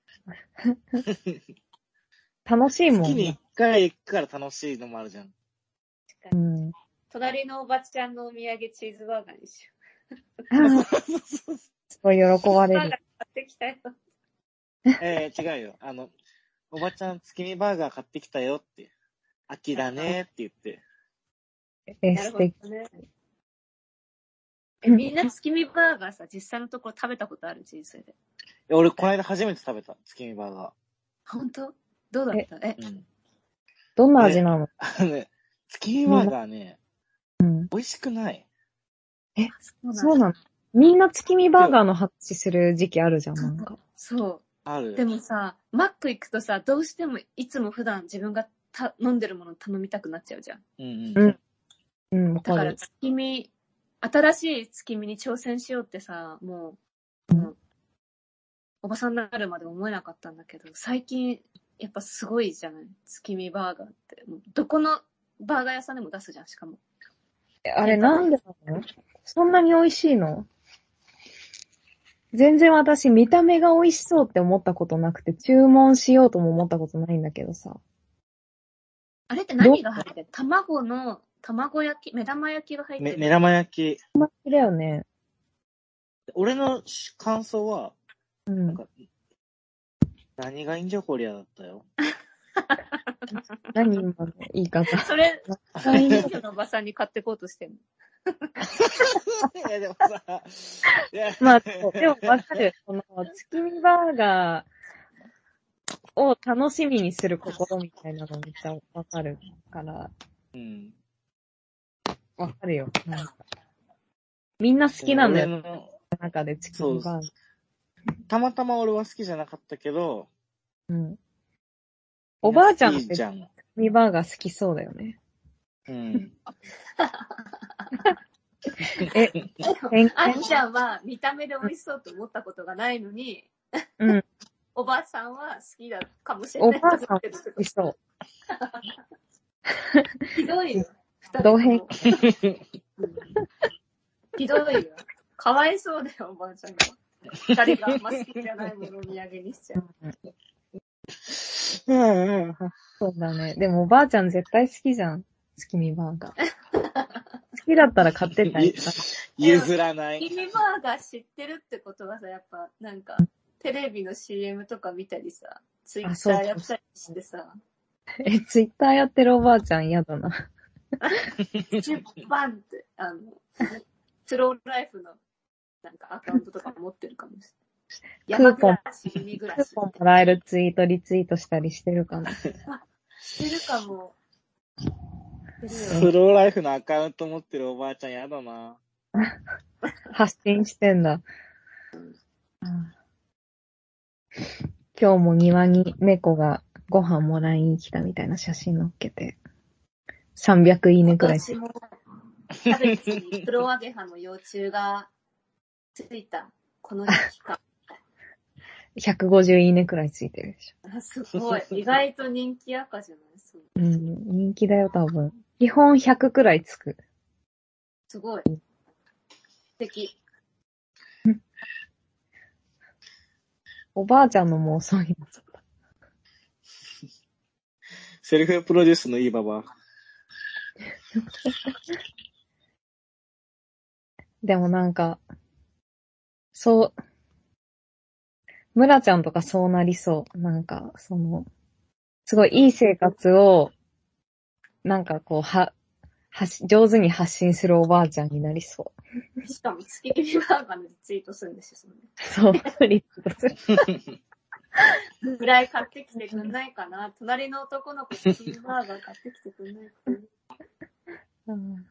楽しいもん月に一ね。 回行くから楽しいのもあるじゃん。 うん。 隣のおばちゃんのお土産チーズバーガーにしよすごい喜ばう。 れる。 バーガー買ってきたよ。 えー、違うよ。あの、おばちゃん月見バーガー買ってきたよって。秋だねって言って。 え、 なる素敵。 ほどね。え、みんな月見バーガーさ、実際のところ食べたことある人生で。 いや俺、この間初めて食べた。月見バーガ本当どうだったえ、 ー。うん。 どんな味なの？ あのね、月見バーガーね、 うん。 美味しくない。 そうそうなの。みんな月見バーガーの話する時期あるじゃん、なんか。 そう。 ある。 でもさ、マック行くとさ、どうしてもいつも普段自分がた飲んでるもの頼みたくなっちゃうじゃん。 うんうん。うん、わだからかる。 月見、新しい月見に挑戦しようってさ、もう、もうおばさんになるまで思えなかったんだけど、最近、やっぱすごいじゃない月見バーガーって。もうどこのバーガー屋さんでも出すじゃん、しかも。 あれなんでなの？そんなに美味しいの？全然私見た目が美味しそうって思ったことなくて、注文しようとも思ったことないんだけどさ。 あれって何が入ってる？卵の卵焼き、目玉焼きが入ってめ、 る。 目玉焼き。 好きだよね。 俺の感想は、 うなんん。 か、何がいいんじゃこりゃだったよ。 何今の言い方。 それ、 何近所のおばさんに買ってこうとしてんの。 いや、でもさ、いや、 まあ、でもわかる。この、月見バーガーを楽しみにする心みたいなのめっちゃわかるから、 うん。 わかるよ。なんかみんな好きなんだよ、 俺の中でチキンバーガー。 たまたま俺は好きじゃなかったけど、 うん。おばあちゃんっていいじゃん。 月見バーガー好きそうだよね。 うん。 え、偏あん見ちゃんは見た目で美味しそうと思ったことがないのに、 うん。 おばあさんは好きだかもしれないおばあさんはと思ってるって好きそう。 ひどいよ。二同偏人とも。うんひどいよ。かわいそうだよ、おばあちゃんが。二人があんま好きじゃないものをお土産にしちゃう。 うんうん。 そうだね。でもおばあちゃん絶対好きじゃん。月見バーガー。好きだったら買ってってあげた。 譲らない。 キミバーガー知ってるってことはさ、やっぱ、なんか、テレビの シーエム とか見たりさ、ツイッターやったりしてさ、 え、ツイッターやってるおばあちゃん嫌だな。 チュッバンって、あの、スローライフの、なんかアカウントとか持ってるかもしれない。 クーポン山暮らし、海暮らし。 クーポンもらえるツイート、リツイートしたりしてるかな。 してるかも。してるスよ。 ローライフのアカウント持ってるおばあちゃんやだな。 発信してんだ。うん今日も庭に猫がご飯もらいに来たみたいな写真載っけて、さんびゃくいいねくらい。 私も、キャベツに黒アゲハの幼虫がついた、この時期か。 ひゃくごじゅういいねくらいついてるでしょ。 あすごい。意外と人気赤じゃないそううん、人気だよ多分。基本ひゃくくらいつく。 すごい。素敵。 おばあちゃんのも遅いな。 セルフプロデュースのいいババア。 でもなんか、そう、村ちゃんとかそうなりそう。なんか、その、すごいいい生活を、なんかこう、は、はし、上手に発信するおばあちゃんになりそしかも月見バーガーのリツイートするんですよ、 う。そう、リツイートする。 ぐらい買ってきてくんないかな。隣の男の子月見バーガー買ってきてくんないかな。 うん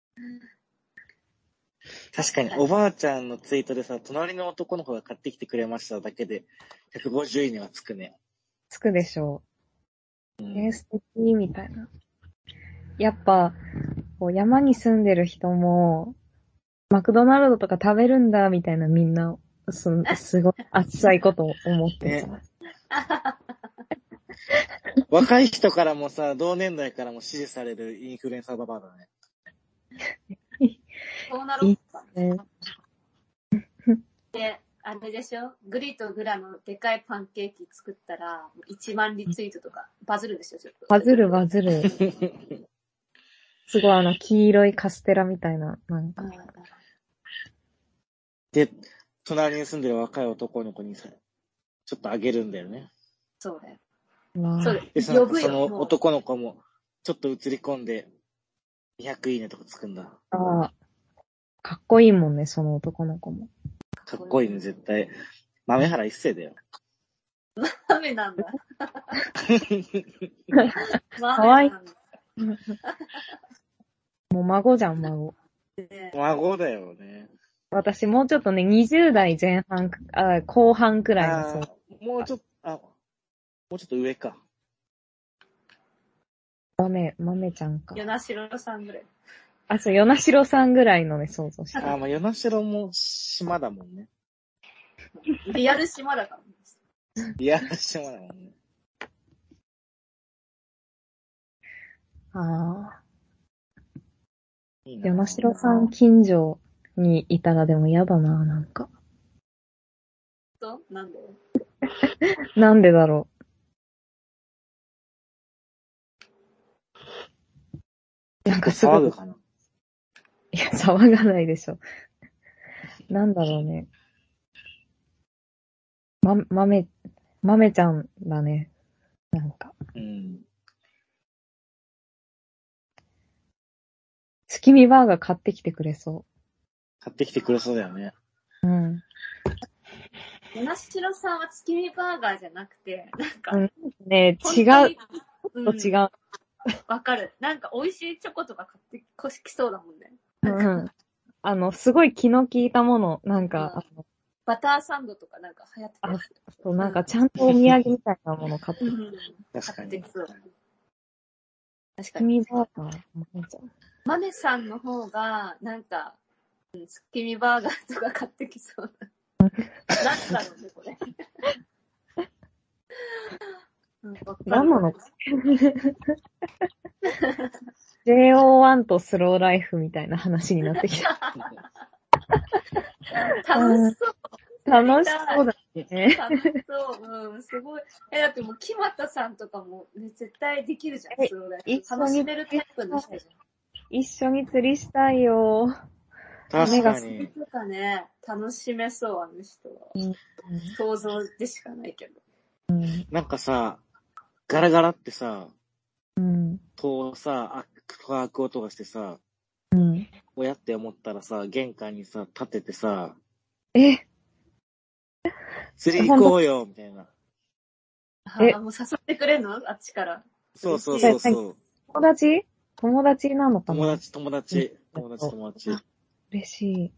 確かに、おばあちゃんのツイートでさ、隣の男の子が買ってきてくれましただけで、ひゃくごじゅういいねはつくね。 つくでしょう。 うんえー、素敵みたいな。やっぱ、こう山に住んでる人も、マクドナルドとか食べるんだ、みたいなみんな、す、すごい熱いことを思ってさ。 若い人からもさ、同年代からも支持されるインフルエンサーババアだね。 そうなろうか。 ねで、あれでしょグリとグラのでかいパンケーキ作ったら、いちまんリツイートとかバズるでしょちょっと。 バズるバズる。すごいあの、黄色いカステラみたいな、なんか。 で、隣に住んでる若い男の子にさ、ちょっとあげるんだよね。 そうだよ。 わそうだで、 よ。 その呼ぶよ。 そのもう男の子も、ちょっと映り込んで、にひゃくいいねとかつくんだ。 ああ、かっこいいもんね、その男の子も。 かっこいいね、絶対。豆原一世だよ。 ダメなんだ。 かわいい豆なんだ。 もう孫じゃん、孫。 ね孫だよね。 私もうちょっとね、にじゅう代前半、あ後半くらいのあそう。 ーもうちょっと、あ、もうちょっと上か。 豆、豆ちゃんか。 与那城さんぐらい。 あ、そう、与那城さんぐらいのね、想像して。 あー、まあ、与那城も島だもんね。 リアル島だからね。 いや、島だもんね。 ああ。 いいな与那城さん近所にいたらでも嫌だな、なんか。 となんでなんでだろう。 なんかすぐ、 騒ぐかな。 いや、騒がないでしょ。なんだろうね。ま、まめ、まめちゃんだね。なんか。 うん。 月見バーガー買ってきてくれそ買ってきてくれそうだよね。 う。うん。 七代さんは月見バーガーじゃなくて、なんか、 うん、ね違う、 本当にちょっと違う。 わかる。なんか美味しいチョコとか買ってこしきそうだもんね。 うん。あの、すごい気の利いたもの、なんか、 うんあの、 バターサンドとかなんか流行ってたあやつ。 そう、なんかちゃんとお土産みたいなもの買ってきて。 うん。 確かに買ってき。そう。確か月に。 見バーガー、まめちゃん。 マネさんの方が、なんか、うん月見バーガーとか買ってきそうな。なんだろうね、これ。うん、わかる何なのか ジェイオーワン とスローライフみたいな話になってきた。 楽しそう。 楽しそうだね。 楽しそう。うん、すごい。え、だってもう、木俣さんとかも、ね、絶対できるじゃん、 えスローライ一フ。楽しめるタイプの人じ一緒に釣りしたいよ。 ゃん。 確か釣りに。 とかね、楽しめそう、あの人は。 うん。 想像でしかないけど。 うん。 なんかさ、ガラガラってさ、 うん。 戸をさ、あ開く音がしてさ、 うん。 親って思ったらさ、玄関にさ、立ててさ、 え、 釣り行こうよ、みたいな。 えあ、もう誘ってくれんのあっちから。 そうそうそうそう。 友達友達なのかな友達、友達、友達、友達。 嬉しい。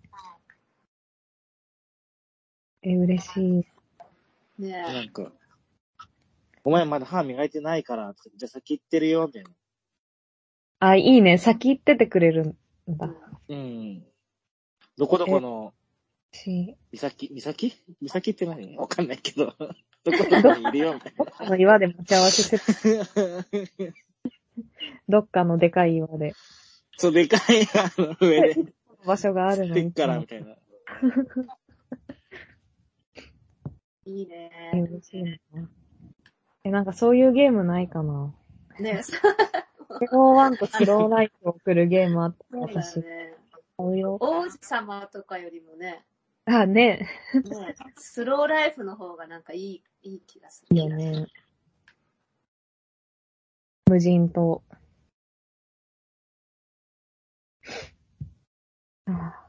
え、嬉しい。 ねなんか、お前まだ歯磨いてないから、じゃあ先行ってるよ、みたいな。 あ、いいね。先行っててくれるんだ。 うん。どこどこの、 し、 みさき、みさきみさきって何わかんないけど、どこどこにいるよ、みたいあの岩で待ち合わせする。 な。 どっかのでかい岩で。 そう、でかいあの上で、 場所があるのに。 てっから、みたいな。 いいえ、 ね。 嬉しいな。え、なんかそういうゲームないかな。 ねゼロワンとスローライフを送るゲームあったらそうだ私よ、ね。 買うよ。 王子様とかよりもね、 あ、ね。 ね、スローライフの方がなんかいい、いい気がする。 いいよね。無人島。あ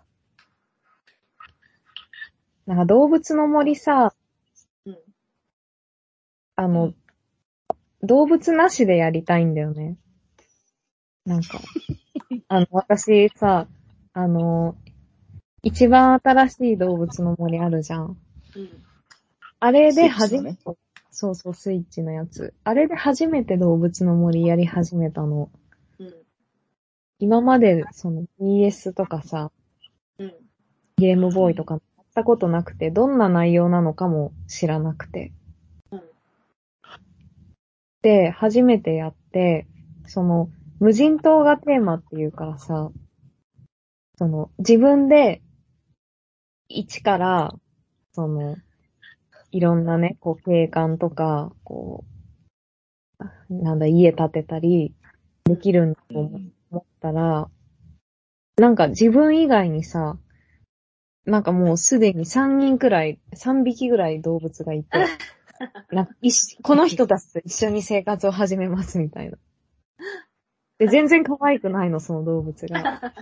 なんか動物の森さ、 うん。 あの、動物なしでやりたいんだよね。なんか、あの、私さ、あの、一番新しい動物の森あるじゃん。 うん。 あれでスイッチ初めて、 のね。 そうそう、スイッチのやつ。あれで初めて動物の森やり始めたの。 うん。 今まで、その ビーエス とかさ、 うん。 ゲームボーイとかやったことなくて、どんな内容なのかも知らなくて。 うんで、初めてやって、その、無人島がテーマっていうからさ、その、自分で、一から、その、いろんなね、こう、景観とか、こう、なんだ、家建てたり、できるんだと思うん思ったら、なんか自分以外にさ、なんかもうすでにさんにんくらい、さんびきぐらい動物がいて、なんか一この人たちと一緒に生活を始めますみたいな。で、全然可愛くないの、その動物が。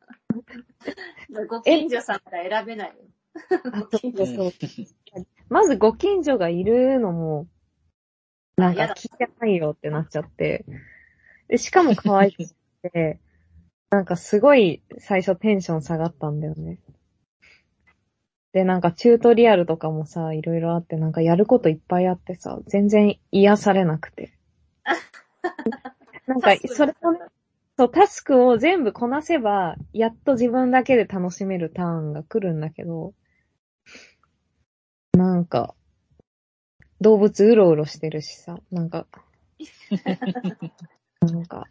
ご近所さんから選べないよ。 あそうそうまずご近所がいるのも、なんか聞いてないよってなっちゃって。で、しかも可愛くて、なんかすごい最初テンション下がったんだよね。で、なんかチュートリアルとかもさ、いろいろあって、なんかやることいっぱいあってさ、全然癒されなくて。なんか、それをね、そう、タスクを全部こなせば、やっと自分だけで楽しめるターンが来るんだけど、なんか、動物うろうろしてるしさ、なんか、なんか、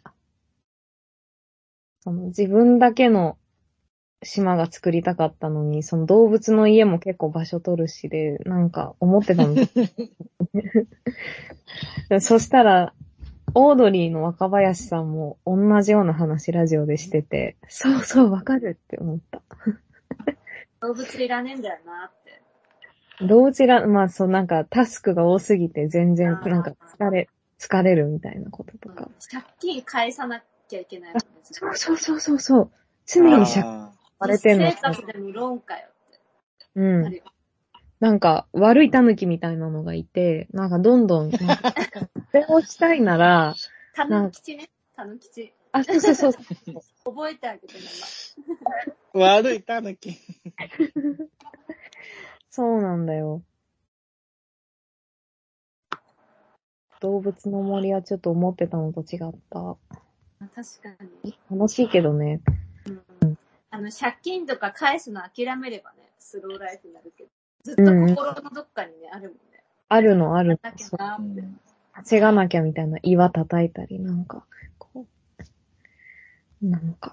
その自分だけの島が作りたかったのに、その動物の家も結構場所取るしで、なんか思ってたのと。そしたら、 オードリーの若林さんも同じような話ラジオでしてて、そうそうわかるって思った。 動物いらねえんだよなって。 どちら、まあそうなんかタスクが多すぎて全然なんか疲れ、疲れるみたいなこととか。 うん、借金返さなきゃいけないもんね。 そうそうそうそうそう。常に借金あされてんの。 生活でもローンかよって。 うん。なんか悪い狸みたいなのがいて、なんかどんどん、なんかそれをしたいなら、 たぬきちね。たぬきち。 あ、そうそうそう。 覚えてあげてね。 ー悪いタヌキ。 そうなんだよ。動物の森はちょっと思ってたのと違った。 確かに。 楽しいけどね。 うん、あの、借金とか返すの諦めればね、スローライフになるけど。ずっと心のどっかにね、うん、あるもんね。あるの、あるの。だけなって。 稼がなきゃみたいな岩叩いたり、なんか、こう、なんか。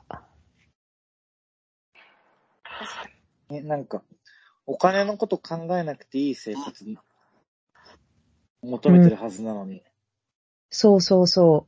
え、なんか、お金のこと考えなくていい生活に求めてるはずなのに、うん。 そうそうそう。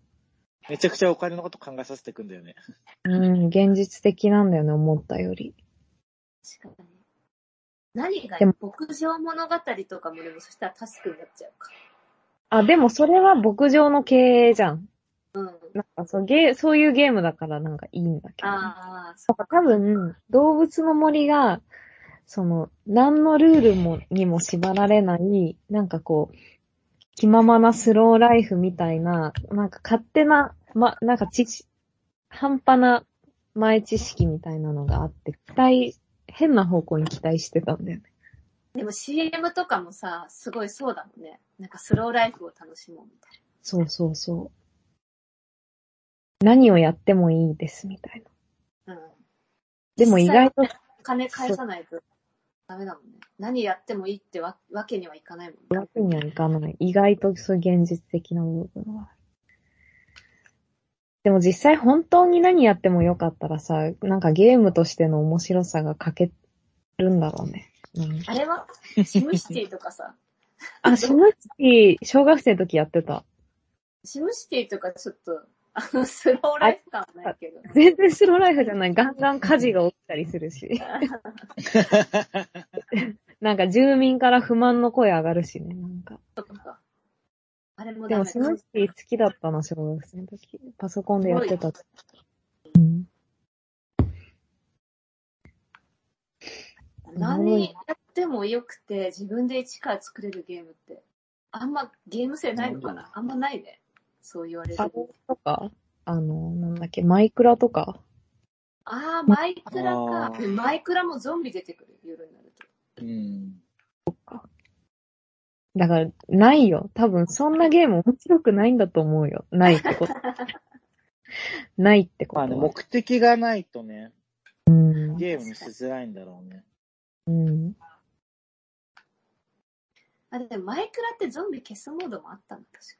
めちゃくちゃお金のこと考えさせてくんだよね。 うん、現実的なんだよね、思ったより。 確かに。何がいい？牧場物語とかもでもそしたらタスクになっちゃうか。 あ、でもそれは牧場の経営じゃん。 うん。 なんかそう、ゲー、そういうゲームだからなんかいいんだけど、ね。 ああ、 そうか。多分、動物の森が、その、何のルールも、にも縛られない、なんかこう、気ままなスローライフみたいな、なんか勝手な、ま、なんか知識、半端な前知識みたいなのがあって、期待、変な方向に期待してたんだよね。 でも シーエム とかもさ、すごいそうだもんね。なんかスローライフを楽しもうみたいな。 そうそうそう。何をやってもいいです、みたいな。うん。 でも意外と。金返さないとダメだもんね。何やってもいいってわわけにはいかないもんね。 わけにはいかない。意外とそういう現実的な部分は。でも実際本当に何やってもよかったらさ、なんかゲームとしての面白さが欠けるんだろうね。 うん、あれはシムシティとかさ。 あ、シムシティ、小学生の時やってた。 シムシティとかちょっと、あの、スローライフ感はないけど。 全然スローライフじゃない。ガンガン火事が起きたりするし。なんか住民から不満の声上がるしね、なんか。 そっか。あれもでもシムシティ好きだったな、小学生の時。パソコンでやってた。うん。 何やってもよくて、自分で一から作れるゲームって、あんまゲーム性ないのかな？あんまないね。そう言われる。 あれとかあの、なんだっけ、マイクラとかああ、マイクラか。マイクラもゾンビ出てくる、夜になると。 うん。 そっか。だから、ないよ。多分、そんなゲーム面白くないんだと思うよ。ないってこと。ないってことは。 まあね、目的がないとね、 うん、 ゲームにしづらいんだろうね。 うん。 あ、でもマイクラってゾンビ消すモードもあったの、確か。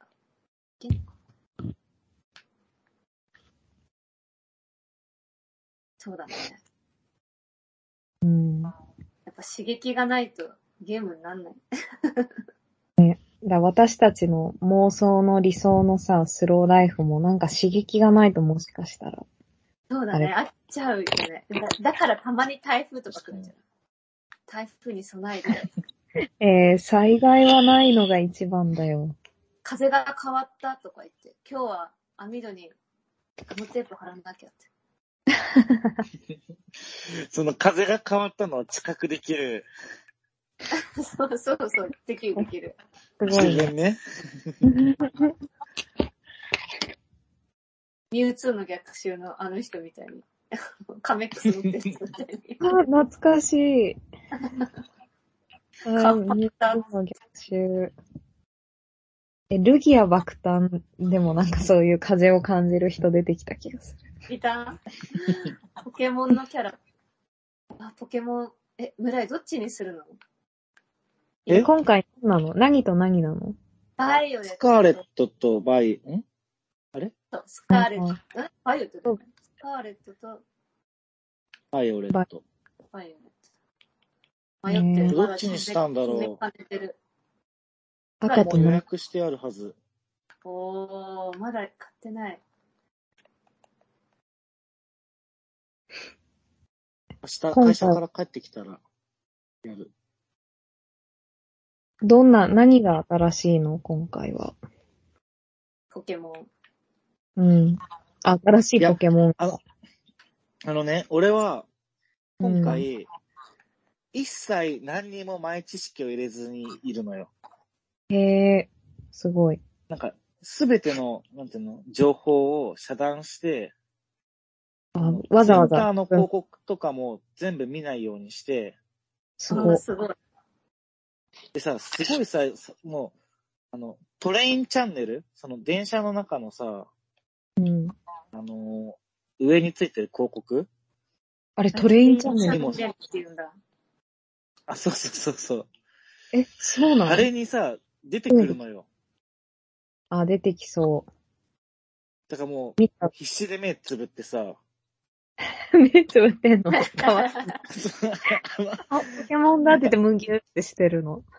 そうだね。 うん。 やっぱ刺激がないとゲームになんない。 ね、だ私たちの妄想の理想のさ、スローライフもなんか刺激がないともしかしたら。 そうだね、あっちゃうよね。だ, だからたまに台風とか来るんじゃない？台風に備えて。 えー、災害はないのが一番だよ。 風が変わったとか言って、今日は網戸にガムテープ貼らなきゃって。 その風が変わったのを知覚できる。 そうそうそう、できるできる。 すごいね。ねミュウツーの逆襲のあの人みたいに。カメックス持ってる人みたいに。 あ、懐かしい。 変わった。 ミュウツーの逆襲。え、ルギア爆誕でもなんかそういう風を感じる人出てきた気がする。 いた？ポケモンのキャラ。あ、ポケモン。え、村井どっちにするの？ え、今回何なの？何と何なの？ バイオレット。 スカーレットとバイ、んあれそう、スカーレット。えバイオレットだよね。スカーレットとバイオレット。 バイオレット。迷ってる。 どっちにしたんだろう。 決めかねてる。 赤ともう予約してあるはず。 おー、まだ買ってない。 明日会社から帰ってきたら、やる。 どんな、何が新しいの今回は。 ポケモン。 うん。新しいポケモン。 あの、あのね、俺は、今回、 うん、 一切何にも前知識を入れずにいるのよ。 へえ、すごい。 なんか、すべての、なんていうの、情報を遮断して、 あ、 あのわざわざ。 ツイッターの広告とかも全部見ないようにして、 すごい。 すごい。 でさ、すごいさ、もう、あの、トレインチャンネルその電車の中のさ、 うん。 あの、上についてる広告あれ、トレインチャンネル。 トレインチャンネルって言うんだ。 あ、そうそうそうそう。 え、そうなの？ あれにさ、出てくるのよ。 うん、あ、出てきそう。 だからもう、 見た。 必死で目つぶってさ、 目つぶってんのかわいい。あ、ポケモンだって言ってムギューってしてるの。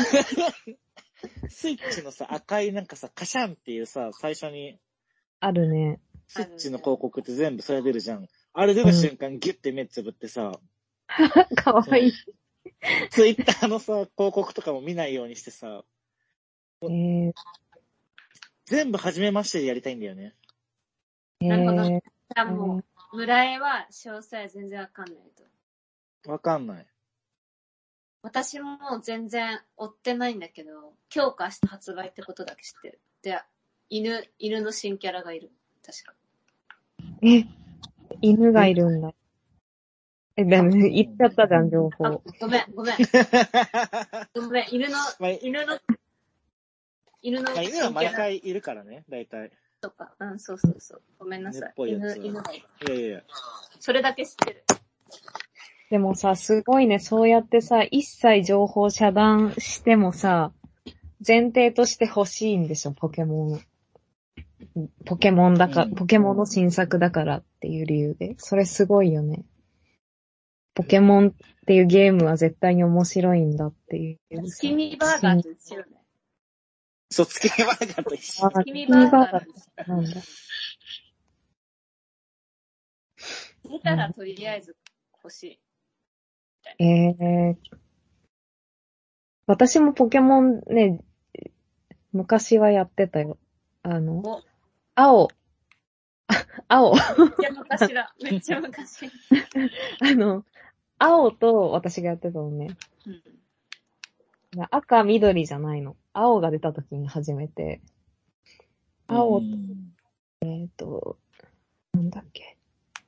スイッチのさ、赤いなんかさ、カシャンっていうさ、最初に、 あるね。 スイッチの広告って全部それ出るじゃん。あれ出た瞬間、ギュッて目つぶってさ、 かわいい。 ツイッターのさ、広告とかも見ないようにしてさ、 えー、 全部初めましてでやりたいんだよね。 えー、 なるほど。じゃあもう、村江は詳細全然わかんないと。 わかんない。 私も全然追ってないんだけど、今日か明日発売ってことだけ知ってる。で、犬、犬の新キャラがいる。確か。 え、犬がいるんだ。え、だめ、言っちゃったじゃん、情あ報。、 ごめん、ごめん。ごめん、犬の、 まあ、 犬の、犬のまあ、犬は毎回いるからね、大体。 とか。うん、そうそうそう。ごめんなさい。 犬っぽいやつは犬、犬がいる。 いやいやいや。 それだけ知ってる。 でもさ、すごいね、そうやってさ、一切情報遮断してもさ、前提として欲しいんでしょ、ポケモン。ポケモンだか、 うんポケモンの新作だからっていう理由で。それすごいよね。ポケモンっていうゲームは絶対に面白いんだっていうさ。 スキニーバーガーと一緒よね。 そう、つけバーガーと一緒。 あ、 スキニーバーガーと一緒。 なんだ。 見たらとりあえず欲しい。 えー、私もポケモンね、昔はやってたよ。あの、 お、 青、青、 めっちゃ昔だ。めっちゃ昔。 あの、青と私がやってたのね。 うん。 赤、緑じゃないの。青が出た時に初めて。青、 うんえっと、なんだっけ。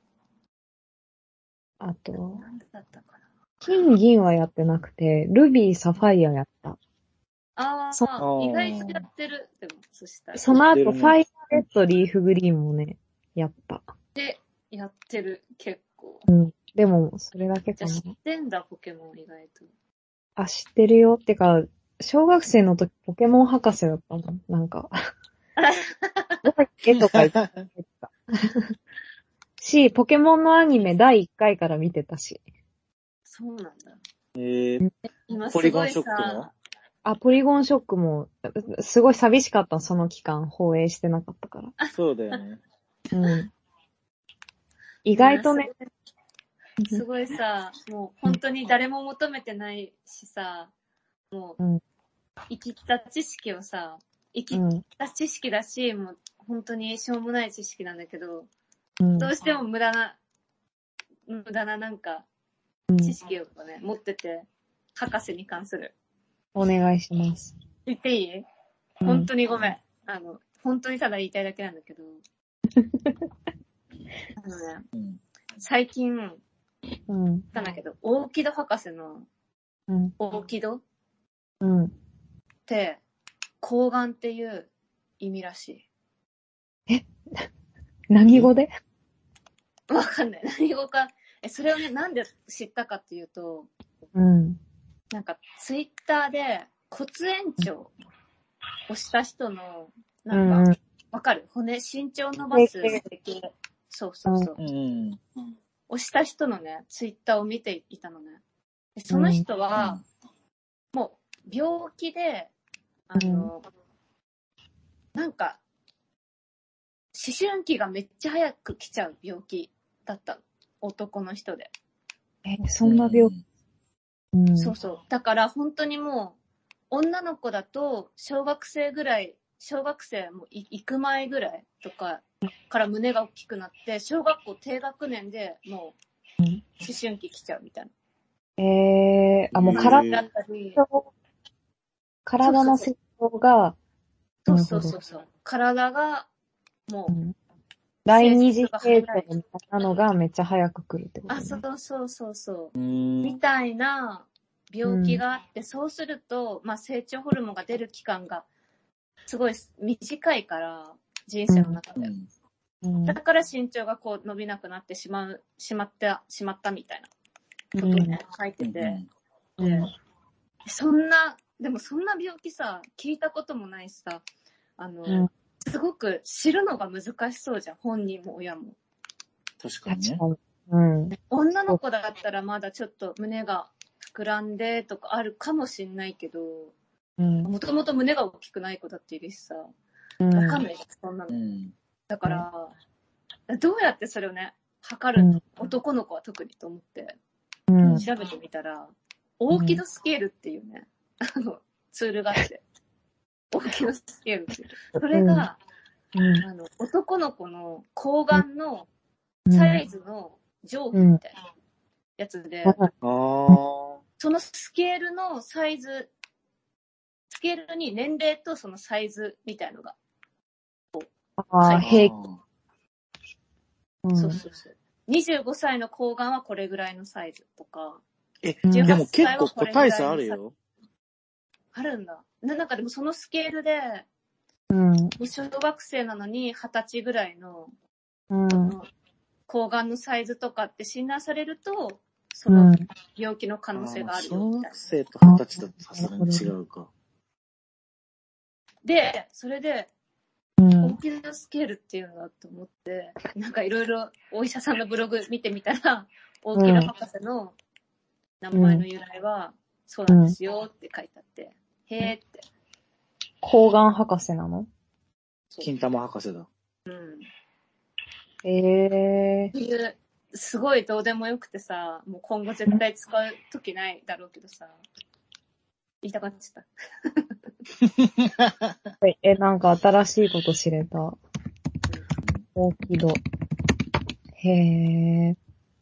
あと、 何だったかな。 金、銀はやってなくて、ルビー、サファイアやった。 あそあ、意外とやってる。でも、そしたら。 その後、 やってるねファイアレッド、リーフグリーンもね、やった。 で、やってる、結構。 うん。でも、それだけじゃあ知かな。 ってんだ、ポケモン意外と。 あ、知ってるよ。ってか、小学生の時、ポケモン博士だったもん。なんか、絵とか言ってた。し、ポケモンのアニメだいいっかいから見てたし。 そうなんだ。 えー、 今すポリゴンごいショックのさ、 あ、ポリゴンショックも、すごい寂しかった、その期間、放映してなかったから。 そうだよね。 うん。意外とね。 すごいさ、もう本当に誰も求めてないしさ、もう、 うん生きた知識をさ、生きうん。 た知識だし、もう本当にしょうもない知識なんだけど、 うん。 どうしても無駄な、無駄ななんか、 うん知識をね、持ってて、博士に関する。 お願いします。 言っていい、 うん本当にごめん。あの、本当にただ言いたいだけなんだけど。あのね、 うん。 最近、 うん。 言ったんだけど、オーキド博士のうん。 オーキドっうん。 て、睾丸っていう意味らし何語で？ い。わかんない。何語か。え、それをね、なんで知ったかっていうと、 うん。 なんか、ツイッターで骨延長をした人の、 うなんか、 ん。 わかる？骨、身長伸ばす整形。そうそうそう。 うん。 をした人のね、ツイッターを見ていたのね。でその人は、もう、病気で、あの、 なんか、思春期がめっちゃ早く来ちゃう病気だった。男の人で。 え、そんな病気、うん、 そうそう。だから本当にもう、女の子だと、小学生ぐらい、小学生も行く前ぐらいとかから胸が大きくなって、小学校低学年でもう、思春期来ちゃうみたいな。えー、あ、もう体だったり、体の成長が、 そうそうそうそう。体が、もう、うん、 第二次成長みたいなのがめっちゃ早く来るってこと、ね、 あ、そうそうそうそう。みたいな病気があって、うん、そうすると、まあ、成長ホルモンが出る期間がすごい短いから、人生の中で。うん、だから身長がこう伸びなくなってしまう、しまった、しまったみたいなことを書いてて、うんうん、で、そんな、でもそんな病気さ、聞いたこともないしさ、あの、うん、すごく知るのが難しそうじゃん、本人も親も。 確かにね。 うん、 女の子だったらまだちょっと胸が膨らんでとかあるかもしんないけど、もともと胸が大きくない子だっているしさ、わかんないじゃん、そんなの。うん、だから、うん、どうやってそれをね、測るの、うん、男の子は特にと思って、うん、調べてみたら、オーキドスケールっていうね、あの、ツールがあって、オーキドスケールっていう。それが、うん、あの、男の子の睾丸のサイズの定規みたいなやつで、うん、そのスケールのサイズ、スケールに年齢とそのサイズみたいのが、こう、 ああ、平気。 そうそうそう。にじゅうごさいの睾丸はこれぐらいのサイズとか。 え、でも結構個体差あるよ。 あるんだ。なんかでもそのスケールで、 うん、 小学生なのにはたちぐらいの、 うん、 睾丸のサイズとかって診断されると、その病気の可能性があるよみたいな。 小学生とはたちだとさすがに違うか。 で、それで、うん、オーキドスケールっていうんだと思って、なんかいろいろお医者さんのブログ見てみたら、オーキド博士の名前の由来は、そうなんですよって書いてあって、うん、へーって。 睾丸博士なの？ 金玉博士だ。 うん。 へー。 っていう、すごいどうでもよくてさ、もう今後絶対使うときないだろうけどさ、言いたくなっちゃった。 え、なんか新しいこと知れた。オーキド。へー。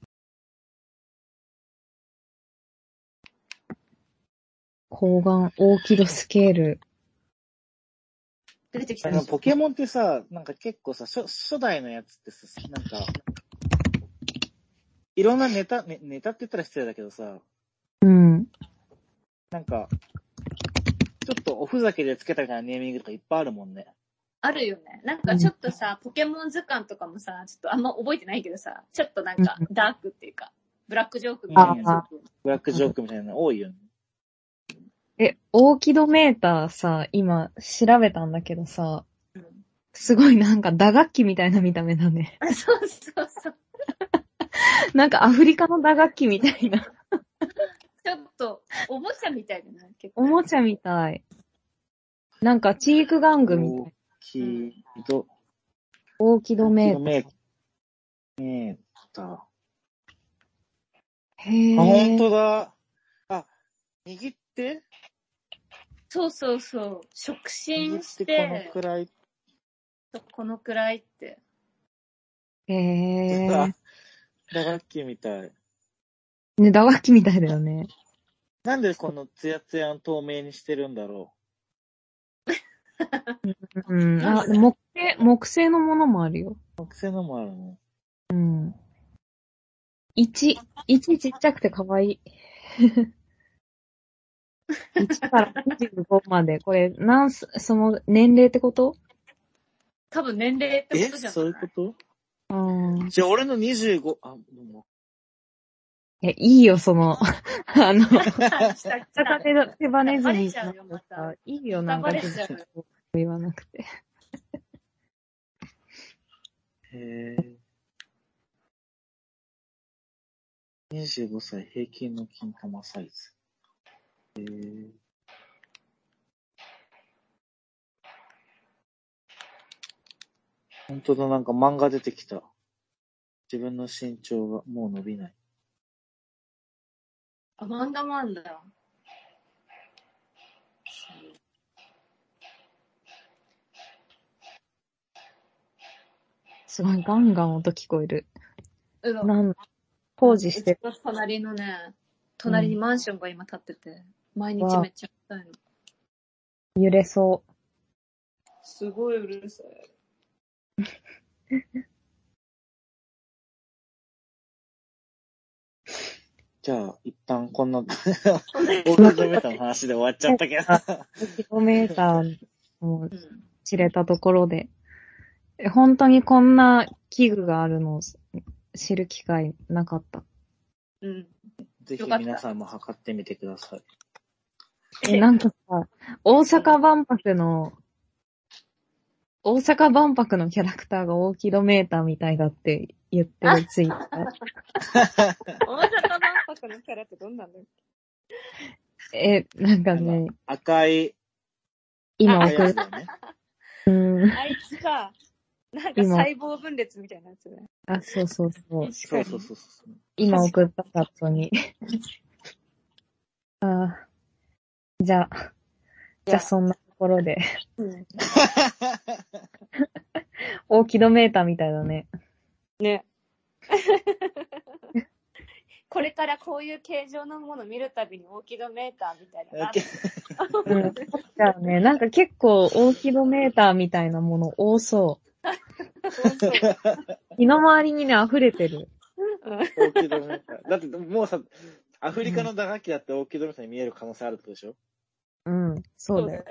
睾丸、オーキドスケール。 出てきた。 ポケモンってさ、なんか結構さ、初, 初代のやつってさ、なんか、いろんなネタ、ね、ネタって言ったら失礼だけどさ、 うん。 なんか、ちょっとおふざけでつけたみたいなネーミングとかいっぱいあるもんね。 あるよね。なんかちょっとさ、うん、ポケモン図鑑とかもさ、ちょっとあんま覚えてないけどさ、ちょっとなんかダークっていうか、ブラックジョークみたいなやつ。 ブラックジョークみたいなの多いよね。 え、オーキドメーターさ、今調べたんだけどさ、うん、すごいなんか打楽器みたいな見た目だね。 そうそうそう。 なんかアフリカの打楽器みたいな。 ちょっと、おもちゃみたいだな、結構。 おもちゃみたい。なんかチーク玩具みたい。 オーキド。 オーキドメーター。 メーター。 へー。 あ、ほんとだ。あ、握って。 そうそうそう。触診して。 このくらい。 このくらいって。 へー。 打楽器みたい。 ね、打楽器みたいだよね。 なんでこのツヤツヤの透明にしてるんだろう。うん。あ、木製、木製のものもあるよ。 木製のもあるの？ うん。一、一ちっちゃくて可愛い。いちからにじゅうごまで。これ、なんす、その、年齢ってこと？ 多分年齢ってことじゃない？ え、そういうこと？ うん。 じゃあ俺のにじゅうご、あ、どうも。 え、いいよ、その、あの、下手、手羽ネズミじゃなくてさ、いいよ、なんか、言わなくて。 へぇー。にじゅうごさい平均の金玉サイズ。へぇー。 ほんとだ、なんか漫画出てきた。自分の身長がもう伸びない。 あ、漫画もあんだ。 すごいガンガン音聞こえる。 うわ。 なん、工事してる。 うちの隣のね、隣にマンションが今建ってて、毎日わあめっちゃうるさいの。 揺れそすごいうるさい。 じゃあ、一旦こんな、オーキドメーターの話で終わっちゃったけど。 う。キロメーターもうん。 知れたところで、え本当にこんな器具があるのを知る機会なかった。 うん。 ぜひ皆さんも測ってみてください。 え、なんかさ、大阪万博の、大阪万博のキャラクターが大キロメーターみたいだって言ってるツイッター。 大阪万博のキャラってどんなんだっけ？ え、なんかあのね、 赤い、 今赤い送る。 やつだよね。 うん。 あいつか、なんか細胞分裂みたいなやつね。 あ、そうそうそう。 そうそうそうそう。 今送ったチャットに。あーじゃあ、じゃあそんなところで。 うん。 大キロメーターみたいだね。 ね。これからこういう形状のものを見るたびに大キロメーターみたいな。 うん。じゃあね、なんか結構大キロメーターみたいなもの多そう。身の回りにね、溢れてる。 大キロメーター。だってもうさ、アフリカの打楽器だって大キロメーターに見える可能性あるってことでしょ？ うん、そうだよ。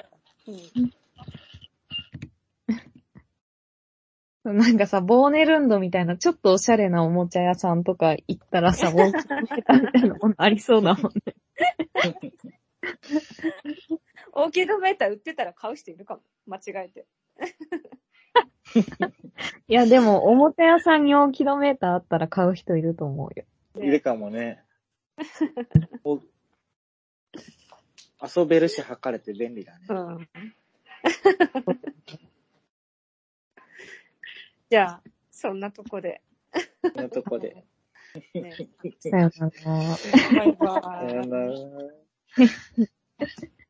なんかさ、ボーネルンドみたいなちょっとおしゃれなおもちゃ屋さんとか行ったらさ、大キロメーターみたいなものありそうだもんね。 大キロメーター売ってたら買う人いるかも。間違えて。 いや、でも、おもちゃ屋さんに大キロメーターあったら買う人いると思うよ。 いるかもね。お遊べるし測れて便利だね。 うん。じゃあ、そんなとこで。 こんなとこで。 ね、 さよなら。 バイバイ。 さよなら。